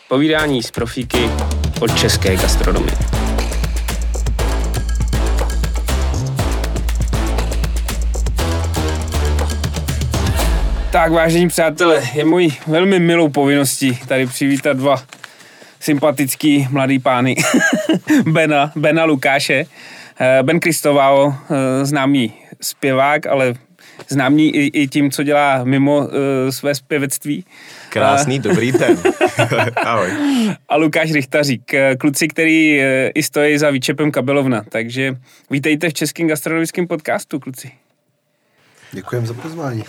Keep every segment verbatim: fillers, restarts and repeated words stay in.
Povídání z profíky od české gastronomie. Tak, vážení přátelé, je mojí velmi milou povinností tady přivítat dva sympatický mladý pány. Bena, Bena Lukáše. Ben Cristovao, známý zpěvák, ale známý i, i tím, co dělá mimo uh, své zpěvectví. Krásný, dobrý den. Ahoj. A Lukáš Richtařík, kluci, který uh, i stojí za výčepem Kabelovna. Takže vítejte v českém gastronomickém podcastu, kluci. Děkujeme za pozvání.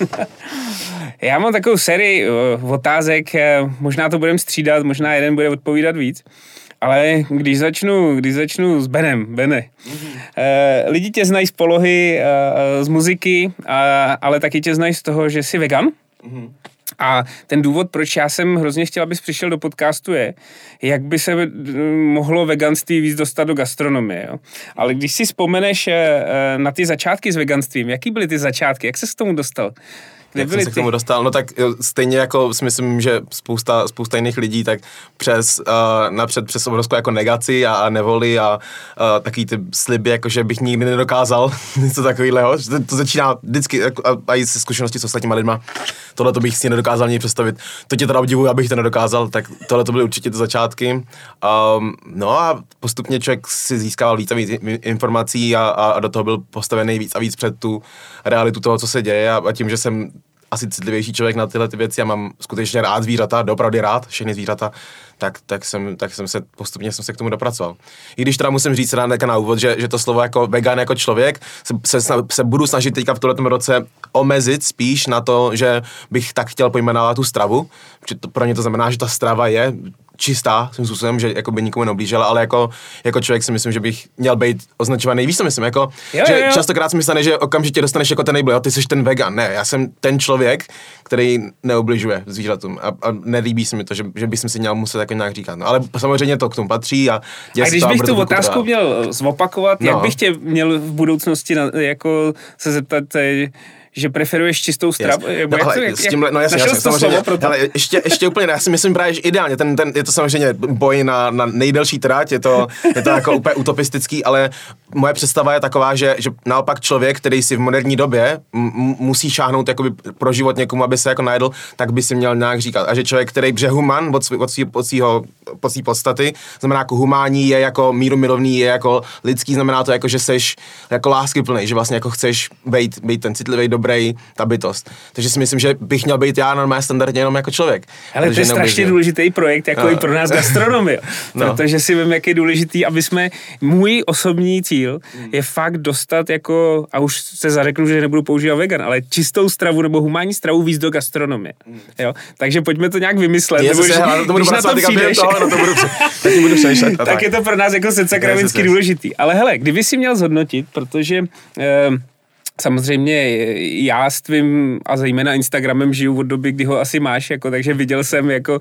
Já mám takovou sérii uh, otázek, uh, možná to budeme střídat, možná jeden bude odpovídat víc. Ale když začnu, když začnu s Benem, Bene, mm-hmm. eh, lidi tě znají z polohy, eh, z muziky, a, ale taky tě znají z toho, že jsi vegan. Mm-hmm. A ten důvod, proč já jsem hrozně chtěl, abys přišel do podcastu, je, jak by se mohlo veganství víc dostat do gastronomie. Jo? Ale když si vzpomeneš eh, na ty začátky s veganstvím, jaký byly ty začátky, jak se k tomu dostal? Kde jak jsem se ty? K tomu dostal? No tak stejně jako si myslím, že spousta, spousta jiných lidí, tak přes, uh, napřed přes obrovskou jako negaci a, a nevoli a uh, takový ty sliby, jako že bych nikdy nedokázal něco takového. To, to začíná vždycky, jako, a, a i se zkušenosti s ostatníma lidma, tohle to bych si nedokázal ani představit. To tě teda obdivuji, abych to nedokázal, tak tohle to byly určitě ty začátky. Um, no a postupně člověk si získával víc a víc informací a, a do toho byl postavený víc a víc před tu realitu toho, co se děje a, a tím, že jsem asi citlivější člověk na tyhle ty věci a mám skutečně rád zvířata, doopravdy rád všechny zvířata, tak, tak, jsem, tak jsem se postupně jsem se k tomu dopracoval. I když teda musím říct rád na úvod, že, že to slovo jako vegan jako člověk se, se, se budu snažit teďka v tomto roce omezit spíš na to, že bych tak chtěl pojmenovat tu stravu, protože to pro ně to znamená, že ta strava je čistá, svým způsobem, že jako by nikomu neoblížila, ale jako, jako člověk si myslím, že bych měl být označovaný, víš co myslím, jako, jo, že jo, jo. častokrát se mi stane, že okamžitě dostaneš jako ten label, jo, ty jsi ten vegan, ne, já jsem ten člověk, který neobližuje zvířatům a, a nelíbí se mi to, že, že bych si měl muset jako nějak říkat, no, ale samozřejmě to k tomu patří a A když bych tu otázku měl zopakovat, no. Jak bych tě měl v budoucnosti na, jako se zeptat, že preferuješ čistou stravu? No, ale s tímhle, no jasně, jasně, samozřejmě, ale ještě, ještě úplně, já si myslím právě, že ideálně, ten, ten, je to samozřejmě boj na, na nejdelší trať, je to, je to jako úplně utopistický, ale moje představa je taková, že, že naopak člověk, který si v moderní době m- musí šáhnout jakoby pro život někomu, aby se jako najedl, tak by si měl nějak říkat. A že člověk, který je human od, svý, od, svý, od, svýho, od svý podstaty, znamená jako humánní, je jako mírumilovný, je jako lidský, znamená to jako, že seš jako láskyplný, že vlastně jako chceš být, být ten citlivý, dobrý, ta bytost. Takže si myslím, že bych měl být já normálně standardně jenom jako člověk. Ale to je strašně důležitý projekt, jako no. I pro nás gastronomii. No. Protože si vím, jak je důležitý, aby jsme, můj osobní cíl je fakt dostat jako, a už se zareknu, že nebudu používat vegan, ale čistou stravu nebo humánní stravu víc do gastronomie. Jo? Takže pojďme to nějak vymyslet. Nebo, že, se, to když na to přijdeš, toho, na to budu, tak, budu přešet, tak, tak je to pro nás jako secakravinsky důležitý. Ale hele, kdyby si měl zhodnotit, protože eh, samozřejmě já s tvým a zejména Instagramem žiju od doby, kdy ho asi máš, jako, takže viděl jsem jako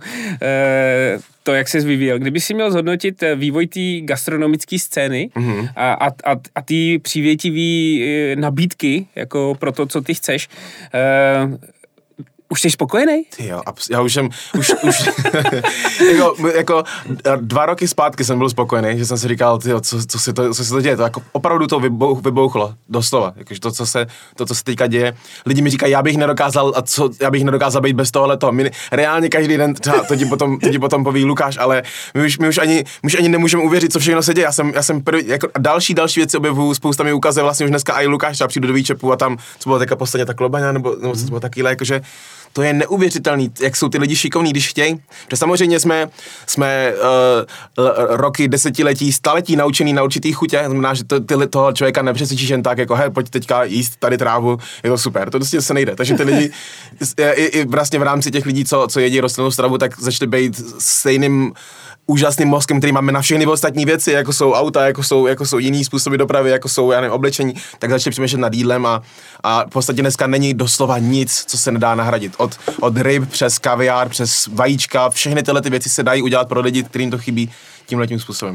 e, to, jak ses vyvíjel. Kdyby si měl zhodnotit vývoj té gastronomické scény mm-hmm. a, a, a, a ty přívětivý nabídky jako pro to, co ty chceš, e, už jsi spokojený? Ty jo, já už jsem, už, už jako, jako dva roky zpátky jsem byl spokojený, že jsem si říkal, tyjo, co, co, se to, co se to děje, to jako opravdu to vybouch, vybouchlo, doslova, jakože to, co se, to, co se teďka děje, lidi mi říkají, já bych nedokázal, a co, já bych nedokázal být bez tohohle toho, my reálně každý den, třeba, to ti potom, to ti potom poví Lukáš, ale my už, my už ani, my už ani nemůžeme uvěřit, co všechno se děje, já jsem, já jsem první, jako další, další věci objevuju, spousta mi ukazuje vlastně už dneska i Lukáš, třeba přijdu do výčepu a tam, co bylo teďka posledně ta klobaňa, nebo, nebo co bylo takýhle, jakože to je neuvěřitelný, jak jsou ty lidi šikovní, když chtějí. Protože samozřejmě jsme, jsme uh, roky, desetiletí, staletí naučený na určitých chutě. Znamená, že to, ty, toho člověka nepřesvědčíš jen tak, jako hej, pojď teďka jíst tady trávu, je to super. To prostě se nejde. Takže ty lidi, i, i vlastně v rámci těch lidí, co, co jedí rostlinnou stravu, tak začali být stejným úžasným mozkem, který máme na všechny ostatní věci, jako jsou auta, jako jsou, jako jsou jiný způsoby dopravy, jako jsou, já nevím, oblečení, tak začali přemýšlet nad jídlem a, a v podstatě dneska není doslova nic, co se nedá nahradit. Od, od ryb přes kaviár, přes vajíčka, všechny tyhle ty věci se dají udělat pro lidi, kterým to chybí tímhletím způsobem.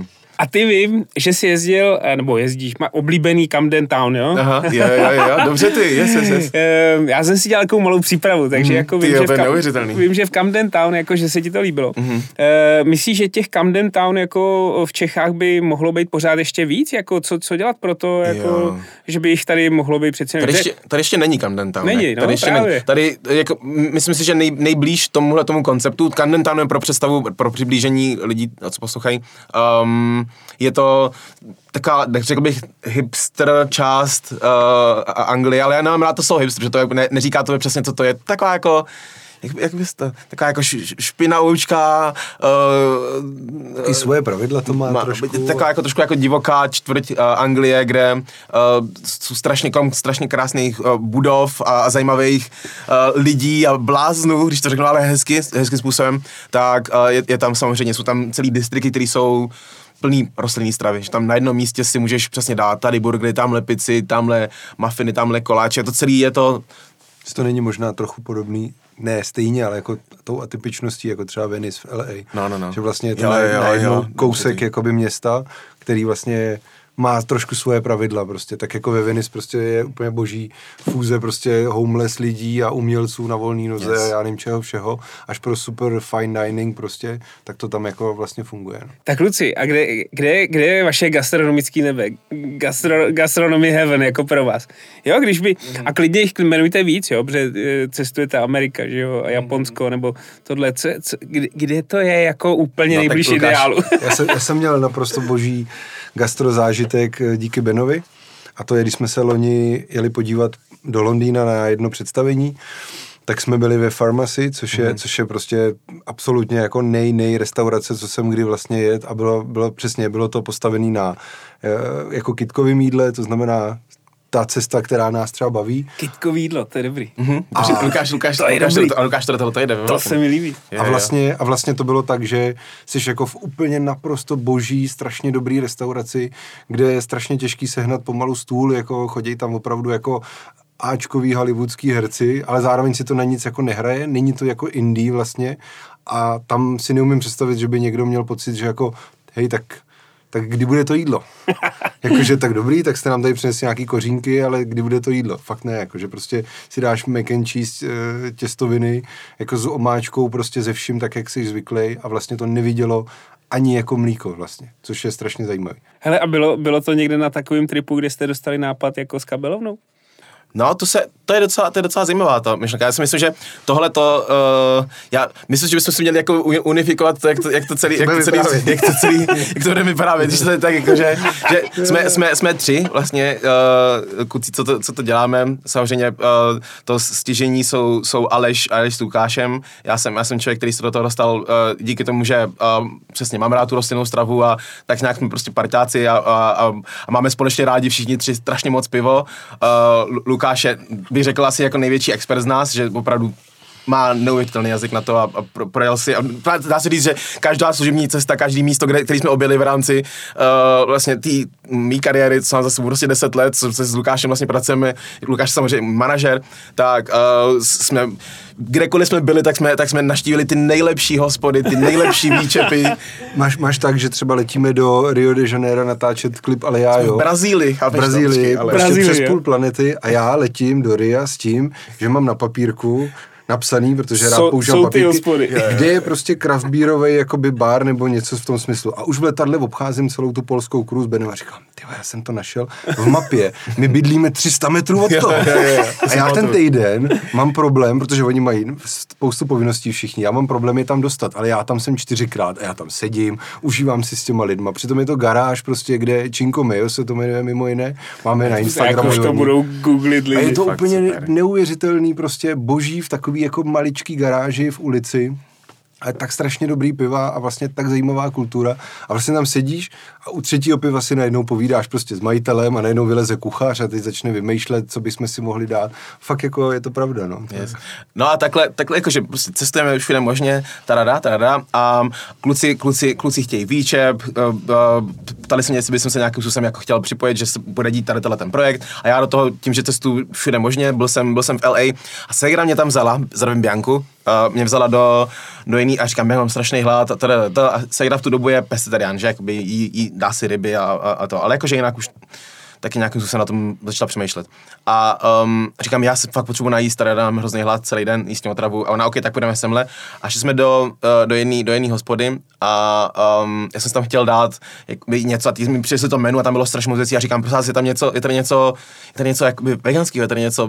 A ty vím, že jsi jezdil, nebo jezdíš, má oblíbený Camden Town, jo? Aha, jo, jo, jo, dobře ty, yes, yes, yes. Já jsem si dělal takovou malou přípravu, takže mm, jako vím, jo, že v, Kam- vím, že v Camden Town, jako, že se ti to líbilo. Mm-hmm. E, myslíš, že těch Camden Town jako v Čechách by mohlo být pořád ještě víc? Jako, co, co dělat pro to, jako, že by jich tady mohlo být přece... Tady ještě, tady ještě není Camden Town. Není, no, tady ještě právě. Není. Tady, jako, myslím si, že nej, nejblíž tomuhle tomu konceptu, Camden Town je pro představu, pro přiblížení lidí, co poslouchají, um, je to taková, řekl bych, hipster část uh, Anglie, ale já nemám rád to slovo hipster, protože to je, ne, neříká to přesně, co to je. Taková jako, jak, jak bys to, taková jako špinavoučka. Uh, I svoje pravidla to má, má trošku. Taková jako trošku jako divoká čtvrť uh, Anglie, kde uh, jsou strašně, krom strašně krásných uh, budov a, a zajímavých uh, lidí a bláznů, když to řeknu ale hezky, hezkým způsobem, tak uh, je, je tam samozřejmě, jsou tam celý distrikty, které jsou plný rostlinný stravy, že tam na jednom místě si můžeš přesně dát tady burgery, tamhle pici, tamhle muffiny, tamhle koláče, to celý je to... To není možná trochu podobný, ne stejně, ale jako tou atypičností, jako třeba Venice v L A. No, no, no. Že vlastně je to jo, na, jo, na jednou jo, kousek jakoby města, který vlastně má trošku svoje pravidla prostě, tak jako ve Venice prostě je úplně boží fúze prostě homeless lidí a umělců na volný noze yes. a já nevím čeho všeho, až pro super fine dining prostě, tak to tam jako vlastně funguje. No. Tak kluci, a kde, kde, kde je vaše gastronomické nebe? Gastro, gastronomy heaven jako pro vás? Jo, když by, mm. a klidně jich jmenujte víc, jo, protože cestujete Amerika, že jo, a Japonsko, mm. nebo tohle, co, co, kde, kde to je jako úplně no, nejbližší ideálu? já, jsem, já jsem měl naprosto boží gastrozážitek díky Benovi a to je, když jsme se loni jeli podívat do Londýna na jedno představení, tak jsme byli ve Pharmacy, což je, mm. což je prostě absolutně jako nej, nej restaurace, co jsem kdy vlastně jet a bylo, bylo přesně, bylo to postavené na jako kytkovým jídle, to znamená ta cesta, která nás třeba baví. Kytkový jídlo, to je dobrý. Mm-hmm. A Lukáš, Lukáš, to je Lukáš, dobrý. To, Lukáš, to, to, to jde. To se mi líbí. A vlastně, a vlastně to bylo tak, že jsi jako v úplně naprosto boží, strašně dobrý restauraci, kde je strašně těžký sehnat pomalu stůl, jako chodí tam opravdu jako áčkový hollywoodský herci, ale zároveň si to na nic jako nehraje, není to jako indie vlastně a tam si neumím představit, že by někdo měl pocit, že jako hej, tak tak kdy bude to jídlo? Jakože tak dobrý, tak jste nám tady přinesli nějaký kořínky, ale kdy bude to jídlo? Fakt ne, jakože prostě si dáš mac and cheese těstoviny, jako s omáčkou, prostě ze vším tak, jak jsi zvyklý a vlastně to nevidělo ani jako mlíko vlastně, což je strašně zajímavý. Hele, a bylo, bylo to někde na takovém tripu, kde jste dostali nápad jako s kabelovnou? No, to, se, to, je docela, to je docela zajímavá ta myšlenka. Já si myslím, že tohle to, uh, já myslím, že bychom si měli jako unifikovat to, jak to, jak to celý, jak to celý, jak to celý, jak to bude vyprávět, když to je tak jako, že, že jsme, jsme, jsme tři vlastně uh, kuci, co to, co to děláme. Samozřejmě uh, to stěžení jsou, jsou Aleš, Aleš s Lukášem. Já jsem, já jsem člověk, který se do toho dostal uh, díky tomu, že uh, přesně mám rád tu rostlinnou stravu a tak nějak jsme prostě parťáci a, a, a, a máme společně rádi všichni tři strašně moc pivo. Uh, Lukáše bych řekl asi jako největší expert z nás, že opravdu má neuvěřitelný jazyk na to a, a pro, projel si. A dá se říct, že každá služební cesta, každý místo, kde, který jsme objeli v rámci uh, vlastně té mý kariéry, co mám zase prostě deset let, co se s Lukášem vlastně pracujeme, Lukáš je samozřejmě manažer, tak uh, jsme, kdekoliv jsme byli, tak jsme, tak jsme naštívili ty nejlepší hospody, ty nejlepší výčepy. Máš, máš tak, že třeba letíme do Rio de Janeiro natáčet klip, ale já jo. V Brazílii. V Brazílii, ale prostě Brazílii, přes půl planety a já letím do Ria s tím, že mám na papírku napsaný, protože rád so, používám papírky, je, kde je prostě craft beerovej jakoby bar nebo něco v tom smyslu. A už v letadle obcházím celou tu polskou kruhu s Benem a říkám, tyhle, já jsem to našel v mapě. My bydlíme tři sta metrů od toho. A já ten týden mám problém, protože oni mají spoustu povinností všichni. Já mám problém je tam dostat, ale já tam jsem čtyřikrát a já tam sedím, užívám si s těma lidma. Přitom je to garáž prostě, kde Cinco Mayo se to jmenuje mimo jiné. Máme na Instagramu. Jak už to budou googlit lidi. A je to fakt úplně super. Neuvěřitelný, prostě boží v takový jako maličký garáži v ulici. A tak strašně dobrý piva a vlastně tak zajímavá kultura. A vlastně tam sedíš a u třetího piva si najednou povídáš prostě s majitelem a najednou vyleze kuchař a teď začne vymýšlet, co bychom si mohli dát. Fakt jako je to pravda, no. Yes. No a takhle, takhle jakože prostě cestujeme všude možně, tarada, tarada a kluci, kluci, kluci chtějí výčep, uh, uh, ptali se mě, jestli bych se nějakým způsobem jako chtěl připojit, že se bude dít tady tenhle ten projekt a já do toho tím, že cestuju všude možně, byl jsem, byl jsem v L A a ségra mě tam vzala, zdravím Bianku, uh, mě vzala do, do jiný a říkám, já mám strašný hlad a teda, ta Sejda v tu dobu je pescetarián, že jakoby jí, jí dá si ryby a, a, a to, ale jakože jinak už taky nějakým způsobem na tom začala přemýšlet. A um, říkám, já si fakt potřebuji najíst, tady dám hrozný hlad celý den, jíst otravu. A ona, ok, tak půjdeme semhle. A šli jsme do, uh, do jedné do jedný hospody a um, já jsem si tam chtěl dát jakoby, něco a ty mi přišli to menu a tam bylo strašně moc věcí a říkám, prosím, je tam něco, je tady něco, je tady něco jakoby veganského, je tady něco,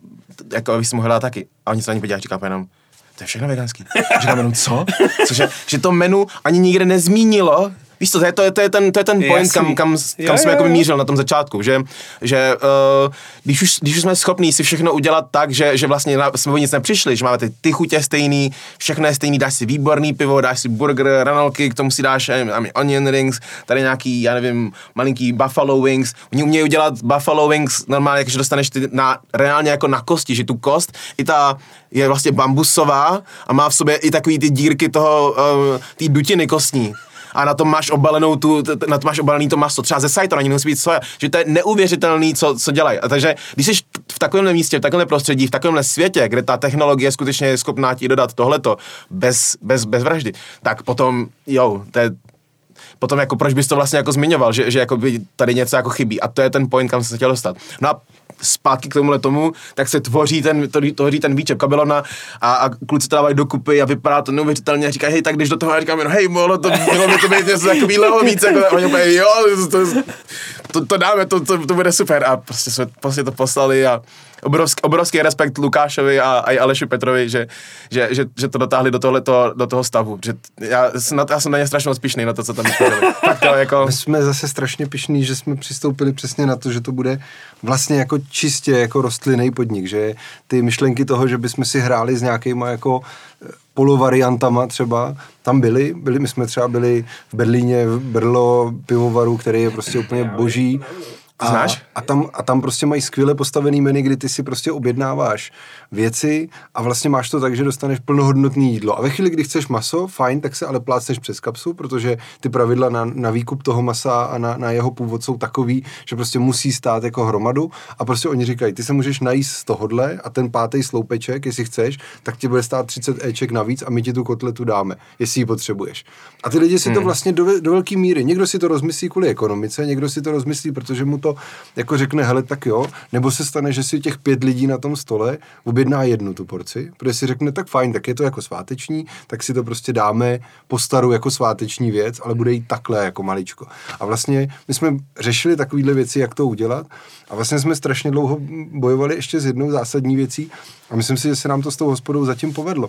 jako bych si mohl dát taky. A oni se na ní podívali, říkám jenom, to je všechno veganský. Říkám jenom, co? Cože, že to menu ani nikde nezmínilo. Víš co, to je, to je, to je ten, to je ten point, kam, kam, kam jo, jsme jo, jako mířil na tom začátku, že, že uh, když, už, když už jsme schopní si všechno udělat tak, že, že vlastně na, jsme o nic nepřišli, že máme ty, ty chutě stejný, všechno je stejný, dáš si výborný pivo, dáš si burger, ranolky, k tomu si dáš I mean, onion rings, tady nějaký, já nevím, malinký buffalo wings, oni umějí udělat buffalo wings normálně, jakože dostaneš ty na, reálně jako na kosti, že tu kost, i ta je vlastně bambusová a má v sobě i takový ty dírky toho, uh, ty dutiny kostní. A na tom máš obalenou tu, na tom máš obalený to maso, třeba ze sajto, ani nemusí být soja, že to je neuvěřitelný, co, co dělají. A takže, když jsi v takovémhle místě, v takovémhle prostředí, v takovémhle světě, kde ta technologie skutečně je schopná ti dodat tohleto bez, bez, bez vraždy, tak potom, jo, to je, potom jako proč bys to vlastně jako zmiňoval, že, že jako by tady něco jako chybí a to je ten point, kam se chtěl dostat. No a zpátky k tomuhle tomu, tak se tvoří ten, tvoří ten výčep kabelovna a, a kluci to dávají dokupy a vypadá to neuvěřitelně a říkají, hej, tak když do toho, já říkám, hej, mohlo to, bylo by to být něco takovýhleho víc, jako, a oni říkají, jo, to, to, to dáme, to, to, to bude super a prostě jsme prostě to poslali a obrovský, obrovský respekt Lukášovi a, a Aleši Petrovi, že, že, že, že to dotáhli do, tohleto, do toho stavu, že já, já jsem na ně strašně pišnej na to, co tam vypadali. Tak to jako... My jsme zase strašně pišní, že jsme přistoupili přesně na to, že to bude vlastně jako čistě jako rostlinný podnik, že ty myšlenky toho, že bychom si hráli s nějakýma jako polovariantama třeba, tam byly, byli, my jsme třeba byli v Berlíně, v Brlo pivovaru, který je prostě úplně boží. A, Znáš? A tam, a tam prostě mají skvěle postavený menu, kdy ty si prostě objednáváš věci a vlastně máš to tak, že dostaneš plnohodnotný jídlo. A ve chvíli, kdy chceš maso, fajn, tak se ale plácneš přes kapsu, protože ty pravidla na, na výkup toho masa a na, na jeho původ jsou takový, že prostě musí stát jako hromadu a prostě oni říkají, ty se můžeš najíst z tohodle a ten pátý sloupeček, jestli chceš, tak ti bude stát třicet éček navíc a my ti tu kotletu dáme, jestli ji potřebuješ. A ty lidi si hmm. to vlastně do, do velké míry, někdo si to rozmyslí kvůli ekonomice, někdo si to rozmyslí, protože mu to jako řekne, hele, tak jo, nebo se stane, že si těch pět lidí na tom stole objedná jednu tu porci, protože si řekne, tak fajn, tak je to jako sváteční, tak si to prostě dáme po staru jako sváteční věc, ale bude jí takhle jako maličko. A vlastně my jsme řešili takovýhle věci, jak to udělat a vlastně jsme strašně dlouho bojovali ještě s jednou zásadní věcí a myslím si, že se nám to s tou hospodou zatím povedlo.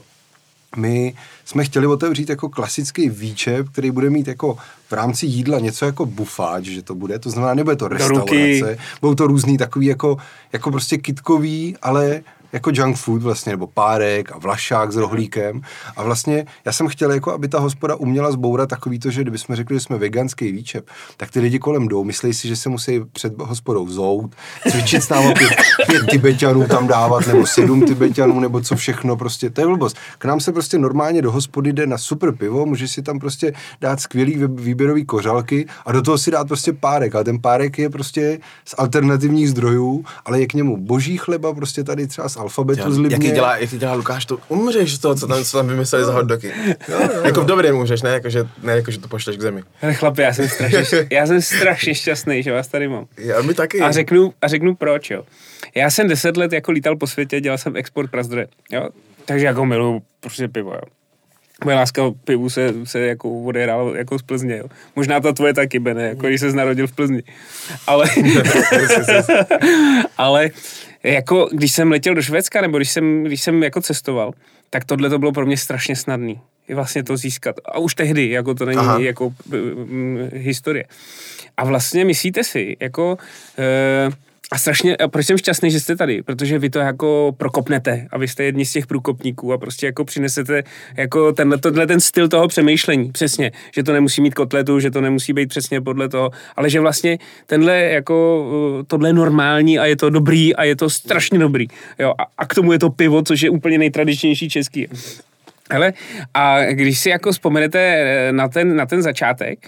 My jsme chtěli otevřít jako klasický výčep, který bude mít jako v rámci jídla něco jako bufáč, že to bude, to znamená, nebude to restaurace, budou to různý takový jako, jako prostě kytkový, ale jako junk food vlastně, nebo párek a vlašák s rohlíkem a vlastně já jsem chtěl jako, aby ta hospoda uměla zbourat takový to, že kdybychom řekli, že jsme veganský výčep, tak ty lidi kolem jdou, myslí si, že se musí před hospodou zout, cvičit s námi pět, pět Tibeťanů tam dávat, nebo sedm Tibeťanů, nebo co všechno, prostě, to je blbost. K nám se prostě normálně do hospody jde na super pivo, můžeš si tam prostě dát skvělý výběrový kořalky a do toho si dát prostě párek, ale ten párek je prostě z alternativních zdrojů, ale je k němu boží chleba, prostě tady třeba z alfabetu z Libně. Jaký dělá, jaký dělá Lukáš, to umřeš z toho, co tam, co tam vymysleli za hotdogy. Jako v dobrém můžeš, ne jako, že, ne jako, že to pošleš k zemi. Ale chlapi, já jsem strašně, já jsem strašně šťastný, že vás tady mám. Já my taky. A řeknu, a řeknu proč, jo. Já jsem deset let jako lítal po světě, dělal jsem export prazdroje, jo. Takže jako miluju prostě pivo, jo. Moje láska o pivu se, se jako odehrála jako z Plzně, jo. Možná ta tvoje taky, Bene, jako když ses narodil v Plzni. Ale, ale jako když jsem letěl do Švédska, nebo když jsem, když jsem jako cestoval, tak tohle to bylo pro mě strašně snadný. Je vlastně to získat. A už tehdy, jako to není Aha. jako um, historie. A vlastně myslíte si, jako... Uh, A strašně, a proč jsem šťastný, že jste tady, protože vy to jako prokopnete a vy jste jedni z těch průkopníků a prostě jako přinesete jako tenhle, tenhle ten styl toho přemýšlení, přesně, že to nemusí mít kotletu, že to nemusí být přesně podle toho, ale že vlastně tenhle jako, tohle je normální a je to dobrý a je to strašně dobrý, jo, a, a k tomu je to pivo, což je úplně nejtradičnější český. Hele, a když si jako vzpomenete na ten, na ten začátek,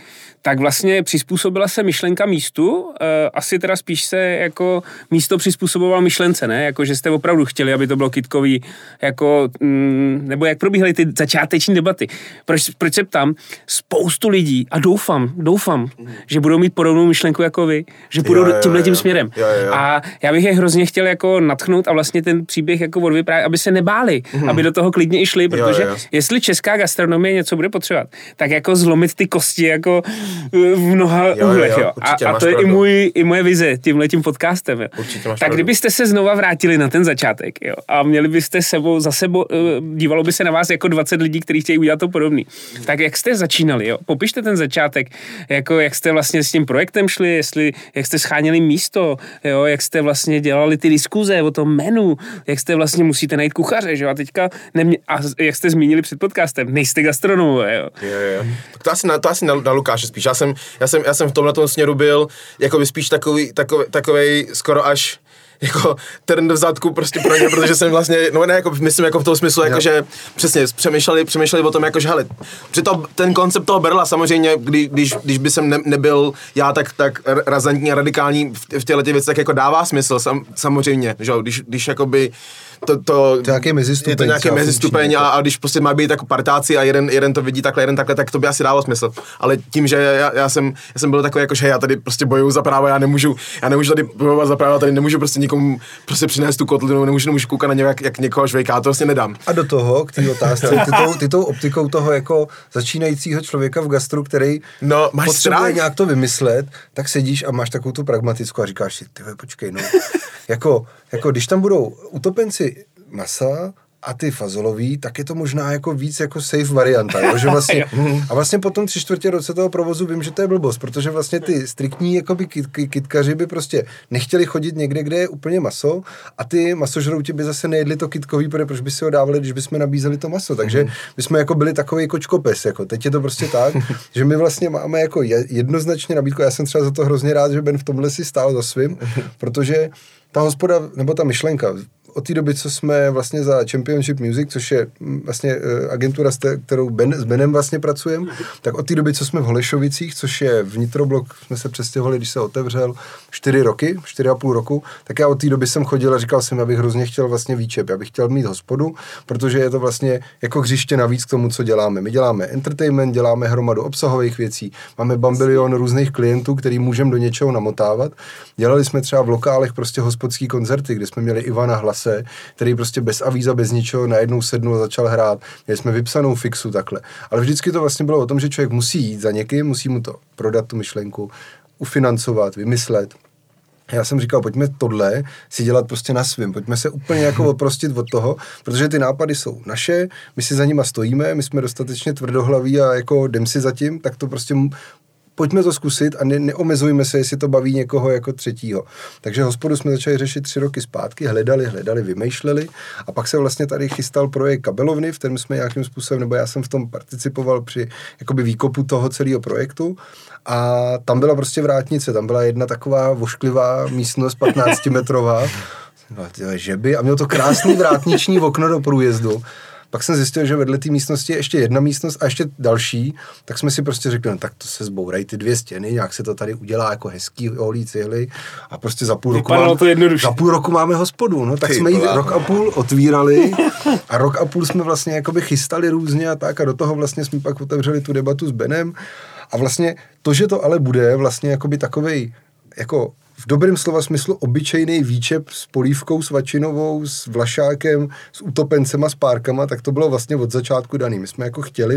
tak vlastně přizpůsobila se myšlenka místu, e, asi teda spíš se jako místo přizpůsoboval myšlence, ne? Jako, že jste opravdu chtěli, aby to bylo kytkový, jako, mm, nebo jak probíhaly ty začáteční debaty. Proč, proč se ptám? Spoustu lidí, a doufám, doufám, že budou mít podobnou myšlenku jako vy, že budou tímhletím směrem. Jo, jo. A já bych je hrozně chtěl jako natchnout a vlastně ten příběh jako odvyprávět, aby se nebáli, mm. aby do toho klidně i šli, protože jo, jo. jestli česká gastronomie něco bude potřebovat, tak jako zlomit ty kosti jako v mnoha jo, úhlech, jo. jo. A, a to je i, můj, i moje vize tímhletím podcastem, jo. Tak pravdu. Kdybyste se znova vrátili na ten začátek, jo, a měli byste sebou, za sebou, dívalo by se na vás jako dvacet lidí, kteří chtějí udělat to podobný. Tak jak jste začínali, jo? Popište ten začátek, jako jak jste vlastně s tím projektem šli, jestli, jak jste scháněli místo, jo, jak jste vlastně dělali ty diskuze o tom menu, jak jste vlastně musíte najít kuchaře, že jo, a teďka nemě, a jak jste zmínili před podcastem, nejste gastronomové, jo. Jo, jo. To asi na, to asi na, na Lukáše spíš. Já jsem, já jsem, já jsem v tomhletom směru byl jako by spíš takový, takový, takovej skoro až jako trn v zadku prostě pro ně, protože jsem vlastně, no ne, jako myslím jako v tom smyslu, jako že přesně přemýšleli, přemýšleli o tom, jako že hele, že to, ten koncept toho Berla samozřejmě, kdy, když, když by jsem ne, nebyl já tak, tak razantní a radikální v, v těchto věcech, tak jako dává smysl, sam, samozřejmě, že jo, když, když jakoby to, to, to nějaký mezistupeň, je to nějaký mezistupeň a, a když prostě má být jako partáci a jeden, jeden to vidí takhle, jeden takhle, tak to by asi dávalo smysl. Ale tím, že já, já, jsem, já jsem byl takový jako, že já tady prostě bojuju za právo, já nemůžu, já nemůžu tady bojovat za právo, tady nemůžu prostě nikomu prostě přinést tu kotlinu, nemůžu, nemůžu koukat na něj, jak, jak někoho žvejká, to prostě nedám. A do toho, k té otázce, ty tou, ty tou optikou toho jako začínajícího člověka v gastru, který no, potřebuje strach? nějak to vymyslet, tak sedíš a máš takovou tu pragmatickou a říkáš si, ty počkej, no, jako, jako když tam budou utopenci masa a ty fazolový, tak je to možná jako víc jako safe varianta, jo? Že vlastně, a vlastně po tom tři čtvrtě roce toho provozu vím, že to je blbost, protože vlastně ty striktní jakoby kyt, kytkaři by prostě nechtěli chodit někde, kde je úplně maso a ty masožrouti by zase nejedli to kytkový, protože proč by si ho dávali, když bychom nabízeli to maso, takže my jsme jako byli takový kočkopes, jako teď je to prostě tak, že my vlastně máme jako jednoznačně nabídku, já jsem třeba za to hrozně rád, že Ben v tomhle si stál za svým, protože ta hospoda, nebo ta myšlenka, od té doby, co jsme vlastně za Championship Music, což je vlastně agentura, s kterou Ben, s Benem vlastně pracujeme, tak od té doby, co jsme v Holešovicích, což je vnitroblok, jsme se přestěhovali, když se otevřel, čtyři roky, čtyři a půl roku, tak já od té doby jsem chodil a říkal jsem, já bych hrozně chtěl vlastně výčep, já bych chtěl mít hospodu, protože je to vlastně jako hřiště navíc k tomu, co děláme. My děláme entertainment, děláme hromadu obsahových věcí, máme bambilion různých klientů, který můžeme do něčeho namotávat. Dělali jsme třeba v lokálech prostě hospodský koncerty, kde jsme měli Ivana Hlase, který prostě bez avíza, bez ničeho najednou sednul a začal hrát. Měli jsme vypsanou fixu takhle. Ale vždycky to vlastně bylo o tom, že člověk musí jít za někým, musí mu to prodat tu myšlenku, ufinancovat, vymyslet. Já jsem říkal, pojďme tohle si dělat prostě na svým, pojďme se úplně jako oprostit od toho, protože ty nápady jsou naše, my si za nima stojíme, my jsme dostatečně tvrdohlaví a jako jdem si za tím, tak to prostě pojďme to zkusit a ne, neomezujme se, jestli to baví někoho jako třetího. Takže hospodu jsme začali řešit tři roky zpátky, hledali, hledali, vymýšleli a pak se vlastně tady chystal projekt Kabelovny, v kterém jsme nějakým způsobem, nebo já jsem v tom participoval při jakoby výkopu toho celého projektu a tam byla prostě vrátnice, tam byla jedna taková vošklivá místnost patnáctimetrová, no, že by, a měl to krásný vrátniční okno do průjezdu. Pak jsem zjistil, že vedle té místnosti je ještě jedna místnost a ještě další, tak jsme si prostě řekli, no tak to se zbourají ty dvě stěny, nějak se to tady udělá jako hezký holí cihly a prostě za půl roku, mám, za půl roku máme hospodu, no tak ty jsme ji rok a půl otvírali a rok a půl jsme vlastně jakoby chystali různě a tak a do toho vlastně jsme pak otevřeli tu debatu s Benem a vlastně to, že to ale bude vlastně jakoby takovej jako v dobrém slova smyslu obyčejný výčep s polívkou, s vačinovou, s vlašákem, s utopencema, s párkama, tak to bylo vlastně od začátku daný. My jsme jako chtěli,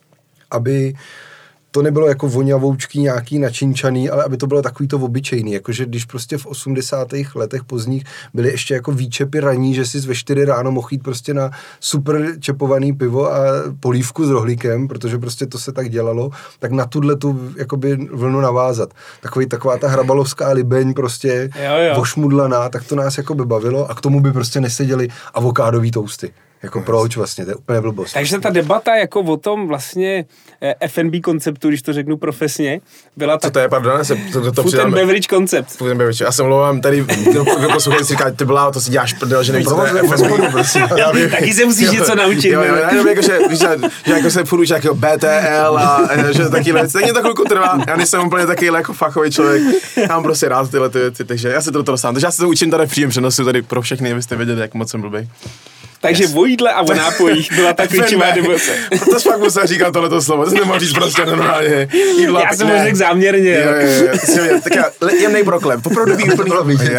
aby to nebylo jako voňavoučký nějaký načinčaný, ale aby to bylo takový to obyčejný, jakože když prostě v osmdesátých letech pozdních byly ještě jako výčepy raní, že si ve čtyři ráno mohl jít prostě na super čepovaný pivo a polívku s rohlíkem, protože prostě to se tak dělalo, tak na tuhle tu jakoby vlnu navázat. Takový, taková ta hrabalovská libeň prostě jo, jo. vošmudlaná, tak to nás jako by bavilo a k tomu by prostě neseděli avokádový tousty. Jako proč vlastně, to je úplně blbost. Takže ta debata jako o tom vlastně F and B konceptu, když to řeknu profesně, byla tak... Co to je, pardon, se to, to, to Food and beverage koncept. Food and beverage. Já se mluvám, tady poslouchají si říká, ty byla, to si děláš prdel, že nevíš, co to je F and B. Taky se musíš něco naučit. Jo, jo, jo, jako, že, že, že jako se furt učí nějakého B T L a že takové věci, tak mě to chvilku trvá. Já nejsem úplně takový jako fachový člověk, já mám prostě rád tyhle ty věci, takže já se to dostávám. Takže já se to učím tady v příjem přenosu, tady pro všechny, abyste věděli, jak moc jsem blbý. Takže yes. O jídle a o nápojích byla ta klíčová debata. To fakt musím říkat tohleto slovo, to jsi nemohl říct prostě normálně. Jídla, já jsem to řekl záměrně. Jo, jo, jo. Tak já, jemnej broklep, opravdu bych úplný.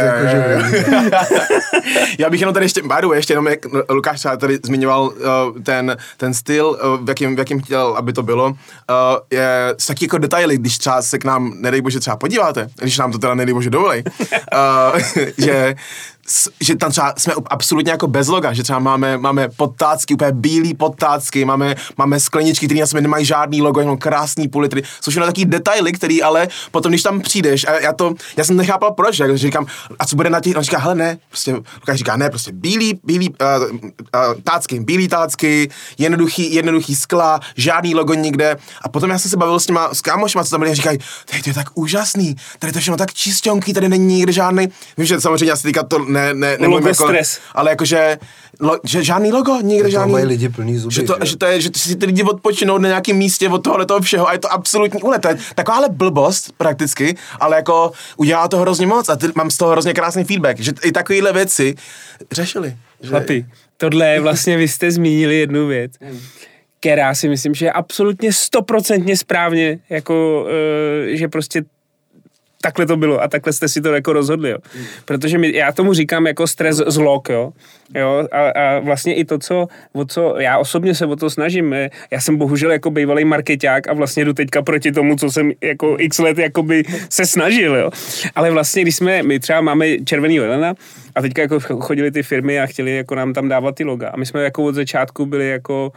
Já bych jenom tady ještě, by the way, ještě jenom, jak Lukáš třeba tady zmiňoval uh, ten, ten styl, uh, v, jakým, v jakým chtěl, aby to bylo, uh, je taky jako detaily, když třeba se k nám, nedej bože, třeba podíváte, když nám to teda nedej bože dovolej, uh, že že tam třeba jsme absolutně jako bez loga, že třeba máme, máme podtácky, úplně bílý podtácky, máme, máme skleničky, které na sobě nemají žádný logo, jenom krásný půl litry. Jsou všechno takový detaily, který ale potom, když tam přijdeš, a já to, já jsem nechápal proč, jak říkám, a co bude na těch, on říká, hele ne, prostě, Lukáš říká, ne, prostě bílý, bílý uh, uh, tácky, bílý tácky, jednoduchý, jednoduchý skla, žádný logo nikde. A potom já jsem se bavil s těma, s kámošima, co tam byli, a říkají, tady to je tak úžasný, tady to všechno tak čistěnký, tady není nikde žádný, vím, že samozřejmě asi týká to ne, ne, logo jako, stres. Ale jakože, lo, že žádný logo, nikde to žádný. Mají lidi plný zuby, že, to, že? že to je, že si ty lidi odpočinou na nějakém místě od tohohle toho všeho a je to absolutní úlet. To je takováhle blbost prakticky, ale jako udělá to hrozně moc a ty, mám z toho hrozně krásný feedback, že i takovéhle věci řešili. Že... Chlapi, tohle je vlastně, vy jste zmínili jednu věc, která si myslím, že je absolutně stoprocentně správně, jako, uh, že prostě takhle to bylo a takhle jste si to jako rozhodli, jo. Protože my, já tomu říkám jako stres z log, jo. jo? A, a vlastně i to, co, o co, já osobně se o to snažím, já jsem bohužel jako bývalý markeťák a vlastně jdu teďka proti tomu, co jsem jako x let jakoby se snažil, jo. Ale vlastně, když jsme, my třeba máme červený jelena a teďka jako chodili ty firmy a chtěli jako nám tam dávat ty loga a my jsme jako od začátku byli jako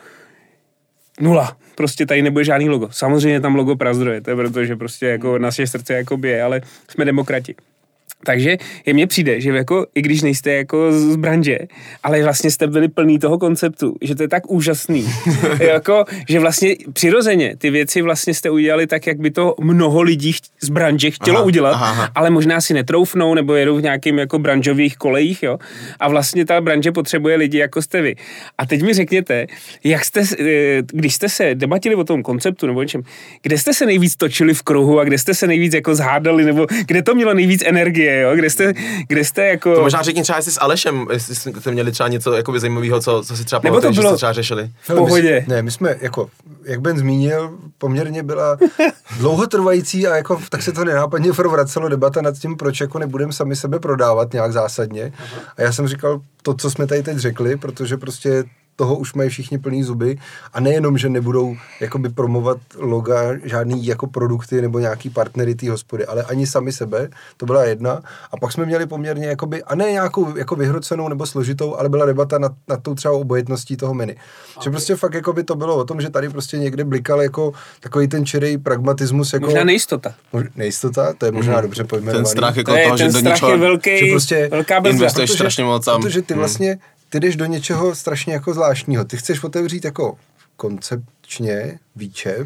nula. Prostě tady nebude žádný logo. Samozřejmě tam logo Prazdroje, to je proto, že prostě jako naše srdce jako bije, ale jsme demokrati. Takže je mně přijde, že jako, i když nejste jako z branže, ale vlastně jste byli plný toho konceptu, že to je tak úžasný, jako, že vlastně přirozeně ty věci vlastně jste udělali tak, jak by to mnoho lidí z branže chtělo aha, udělat, aha. ale možná si netroufnou nebo jedou v nějakým jako branžových kolejích, jo. A vlastně ta branže potřebuje lidi, jako jste vy. A teď mi řekněte, jak jste, když jste se debatili o tom konceptu nebo něčem, kde jste se nejvíc točili v kruhu a kde jste se nejvíc jako zhádali, nebo kde to mělo nejvíc energie, jo? Kde jste, kde jste jako... To možná řekni třeba, jestli s Alešem, jestli jste měli třeba něco jakoby zajímavého, co, co si třeba pamatuješ, že jste třeba řešili. V pohodě. My, ne, my jsme, jako, jak Ben zmínil, poměrně byla dlouhotrvající a jako, tak se to nenápadně vracelo debata nad tím, proč jako nebudeme sami sebe prodávat nějak zásadně. A já jsem říkal to, co jsme tady teď řekli, protože prostě toho už mají všichni plný zuby a nejenom, že nebudou jakoby promovat loga, žádný jako produkty nebo nějaký partnery té hospody, ale ani sami sebe, to byla jedna. A pak jsme měli poměrně jakoby, a ne nějakou jako vyhrocenou nebo složitou, ale byla debata nad, nad tou třeba obojetností toho menu. Okay. Že prostě fakt jakoby to bylo o tom, že tady prostě někde blikal jako takový ten čirý pragmatismus. Jako, možná nejistota. Mož, nejistota, to je možná mm. dobře pojmenovaný. Ten strach jako to je, toho, že do něčeho velký, prostě velká investuješ strašně moc. Protože ty vlastně ty jdeš do něčeho strašně jako zvláštního. Ty chceš otevřít jako koncepčně výčep,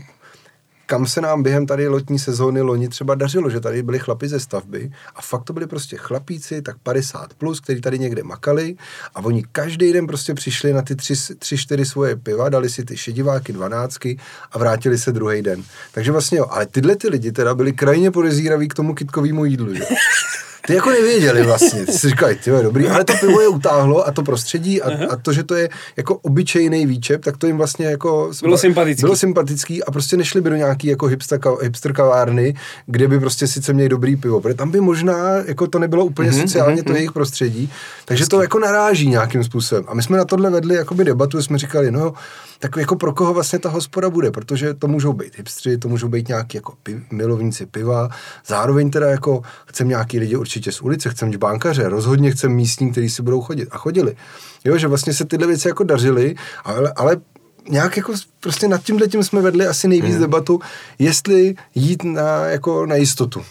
kam se nám během tady letní sezóny loni třeba dařilo, že tady byli chlapi ze stavby a fakt to byli prostě chlapíci, tak padesát plus, kteří tady někde makali a oni každý den prostě přišli na ty tři, tři, čtyři svoje piva, dali si ty šediváky, dvanáctky a vrátili se druhý den. Takže vlastně jo, ale tyhle ty lidi teda byli krajně podezíraví k tomu kytkovému jídlu, jo. Ty jako nevěděli vlastně, ty si říkali, ty je dobrý, ale to pivo je utáhlo a to prostředí a, a to, že to je jako obyčejný výčep, tak to jim vlastně jako... Bylo sympatický. Bylo sympatický a prostě nešli by do nějaký jako hipster, hipster kavárny, kde by prostě sice měli dobrý pivo, protože tam by možná jako to nebylo úplně mm-hmm, sociálně mm-hmm. to jejich prostředí, takže to jako naráží nějakým způsobem. A my jsme na tohle vedli jakoby debatu, jsme říkali, no tak jako pro koho vlastně ta hospoda bude, protože to můžou být hipstři, to můžou být nějaký jako piv, milovníci piva, zároveň teda jako chcem nějaký lidi určitě z ulice, chcem žbánkaře, rozhodně chcem místní, kteří si budou chodit a chodili. Jo, že vlastně se tyhle věci jako dařily, ale, ale nějak jako prostě nad tímhletím jsme vedli asi nejvíc hmm. debatu, jestli jít na, jako na jistotu.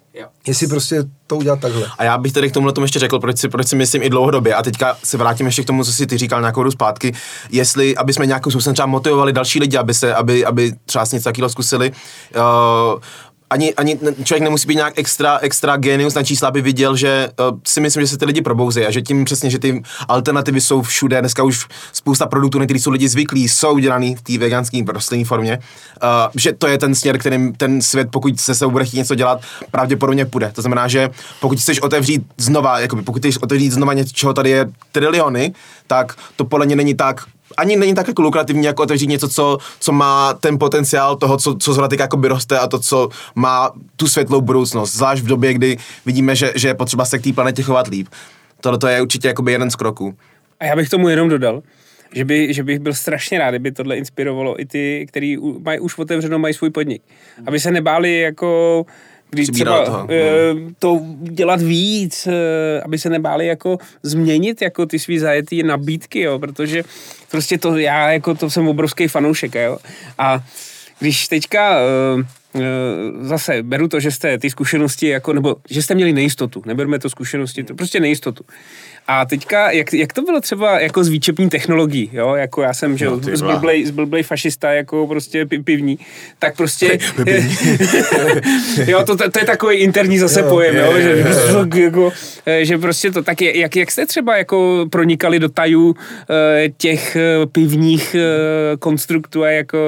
Jo. Jestli prostě to udělat takhle. A já bych tady k tomuhle tomu ještě řekl, proč si, proč si myslím i dlouhodobě. A teďka se vrátím ještě k tomu, co si ty říkal nějakou dobu zpátky. Jestli, aby jsme nějakou způsobem třeba motivovali další lidi, aby se, aby, aby třeba něco takového zkusili. Uh, Ani, ani člověk nemusí být nějak extra, extra genius na čísla, aby viděl, že uh, si myslím, že se ty lidi probouzejí a že tím přesně, že ty alternativy jsou všude. Dneska už spousta produktů, na který jsou lidi zvyklí, jsou dělaný v té veganské rostlinné formě. Uh, že to je ten směr, kterým ten svět, pokud se se bude chtít něco dělat, pravděpodobně půjde. To znamená, že pokud chceš otevřít znova, jakoby, pokud chceš otevřít znova něco, čeho tady je triliony, tak to podle mě není tak ani není tak jako lukrativní, jako otevřít něco, co, co má ten potenciál toho, co, co zrovna teď jakoby roste a to, co má tu světlou budoucnost. Zvlášť v době, kdy vidíme, že, že je potřeba se k té planetě chovat líp. Tohle je určitě jakoby jeden z kroků. A já bych tomu jenom dodal, že, by, že bych byl strašně rád, kdyby tohle inspirovalo i ty, kteří mají už otevřeno, mají svůj podnik. Aby se nebáli jako... Když třeba toho, e, to dělat víc, e, aby se nebáli jako změnit jako ty svý zajetý nabídky, jo, protože prostě to, já jako to jsem obrovský fanoušek, jo, a když teďka e, e, zase beru to, že jste ty zkušenosti jako, nebo že jste měli nejistotu, neberme to zkušenosti, to prostě nejistotu. A teďka, jak, jak to bylo třeba jako z výčepní technologií, jo, jako já jsem, že no, zblblej, zblblej fašista, jako prostě pivní, tak prostě, jo, to, to, to je takový interní zase jo, pojem, je, jo, je, že, je. Jako, že prostě to, tak jak, jak jste třeba jako pronikali do tajů těch pivních konstruktů a jako,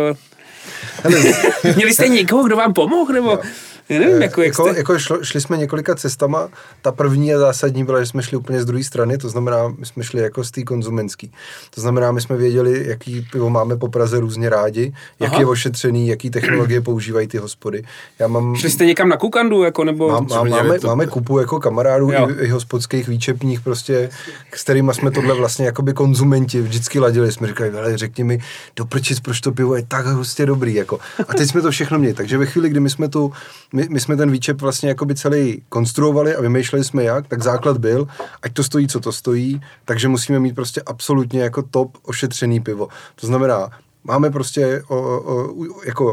měli jste někoho, kdo vám pomohl, nebo... Já nevím, jako, jako, jste... jako šlo, šli jsme několika cestama, ta první a zásadní byla, že jsme šli úplně z druhé strany, to znamená, my jsme šli jako z té konzumentský. To znamená, my jsme věděli, jaký pivo máme po Praze různě rádi, jak Aha. je ošetřený, jaký technologie používají ty hospody. Já mám... Šli jste někam na Kukandu, jako, nebo... Mám, mám, máme, to... máme kupu jako kamarádů i, i hospodských výčepních, prostě, s kterými jsme tohle vlastně jakoby konzumenti vždycky ladili. Jsme říkali, ale řekni mi, do prčic, proč to pivo je tak hustě dobrý, jako. A teď jsme to všechno měli, takže ve chvíli, kdy my jsme tu My, my jsme ten výčep vlastně jakoby celý konstruovali a vymýšleli jsme jak, tak základ byl, ať to stojí, co to stojí, takže musíme mít prostě absolutně jako top ošetřený pivo. To znamená, máme prostě o, o, jako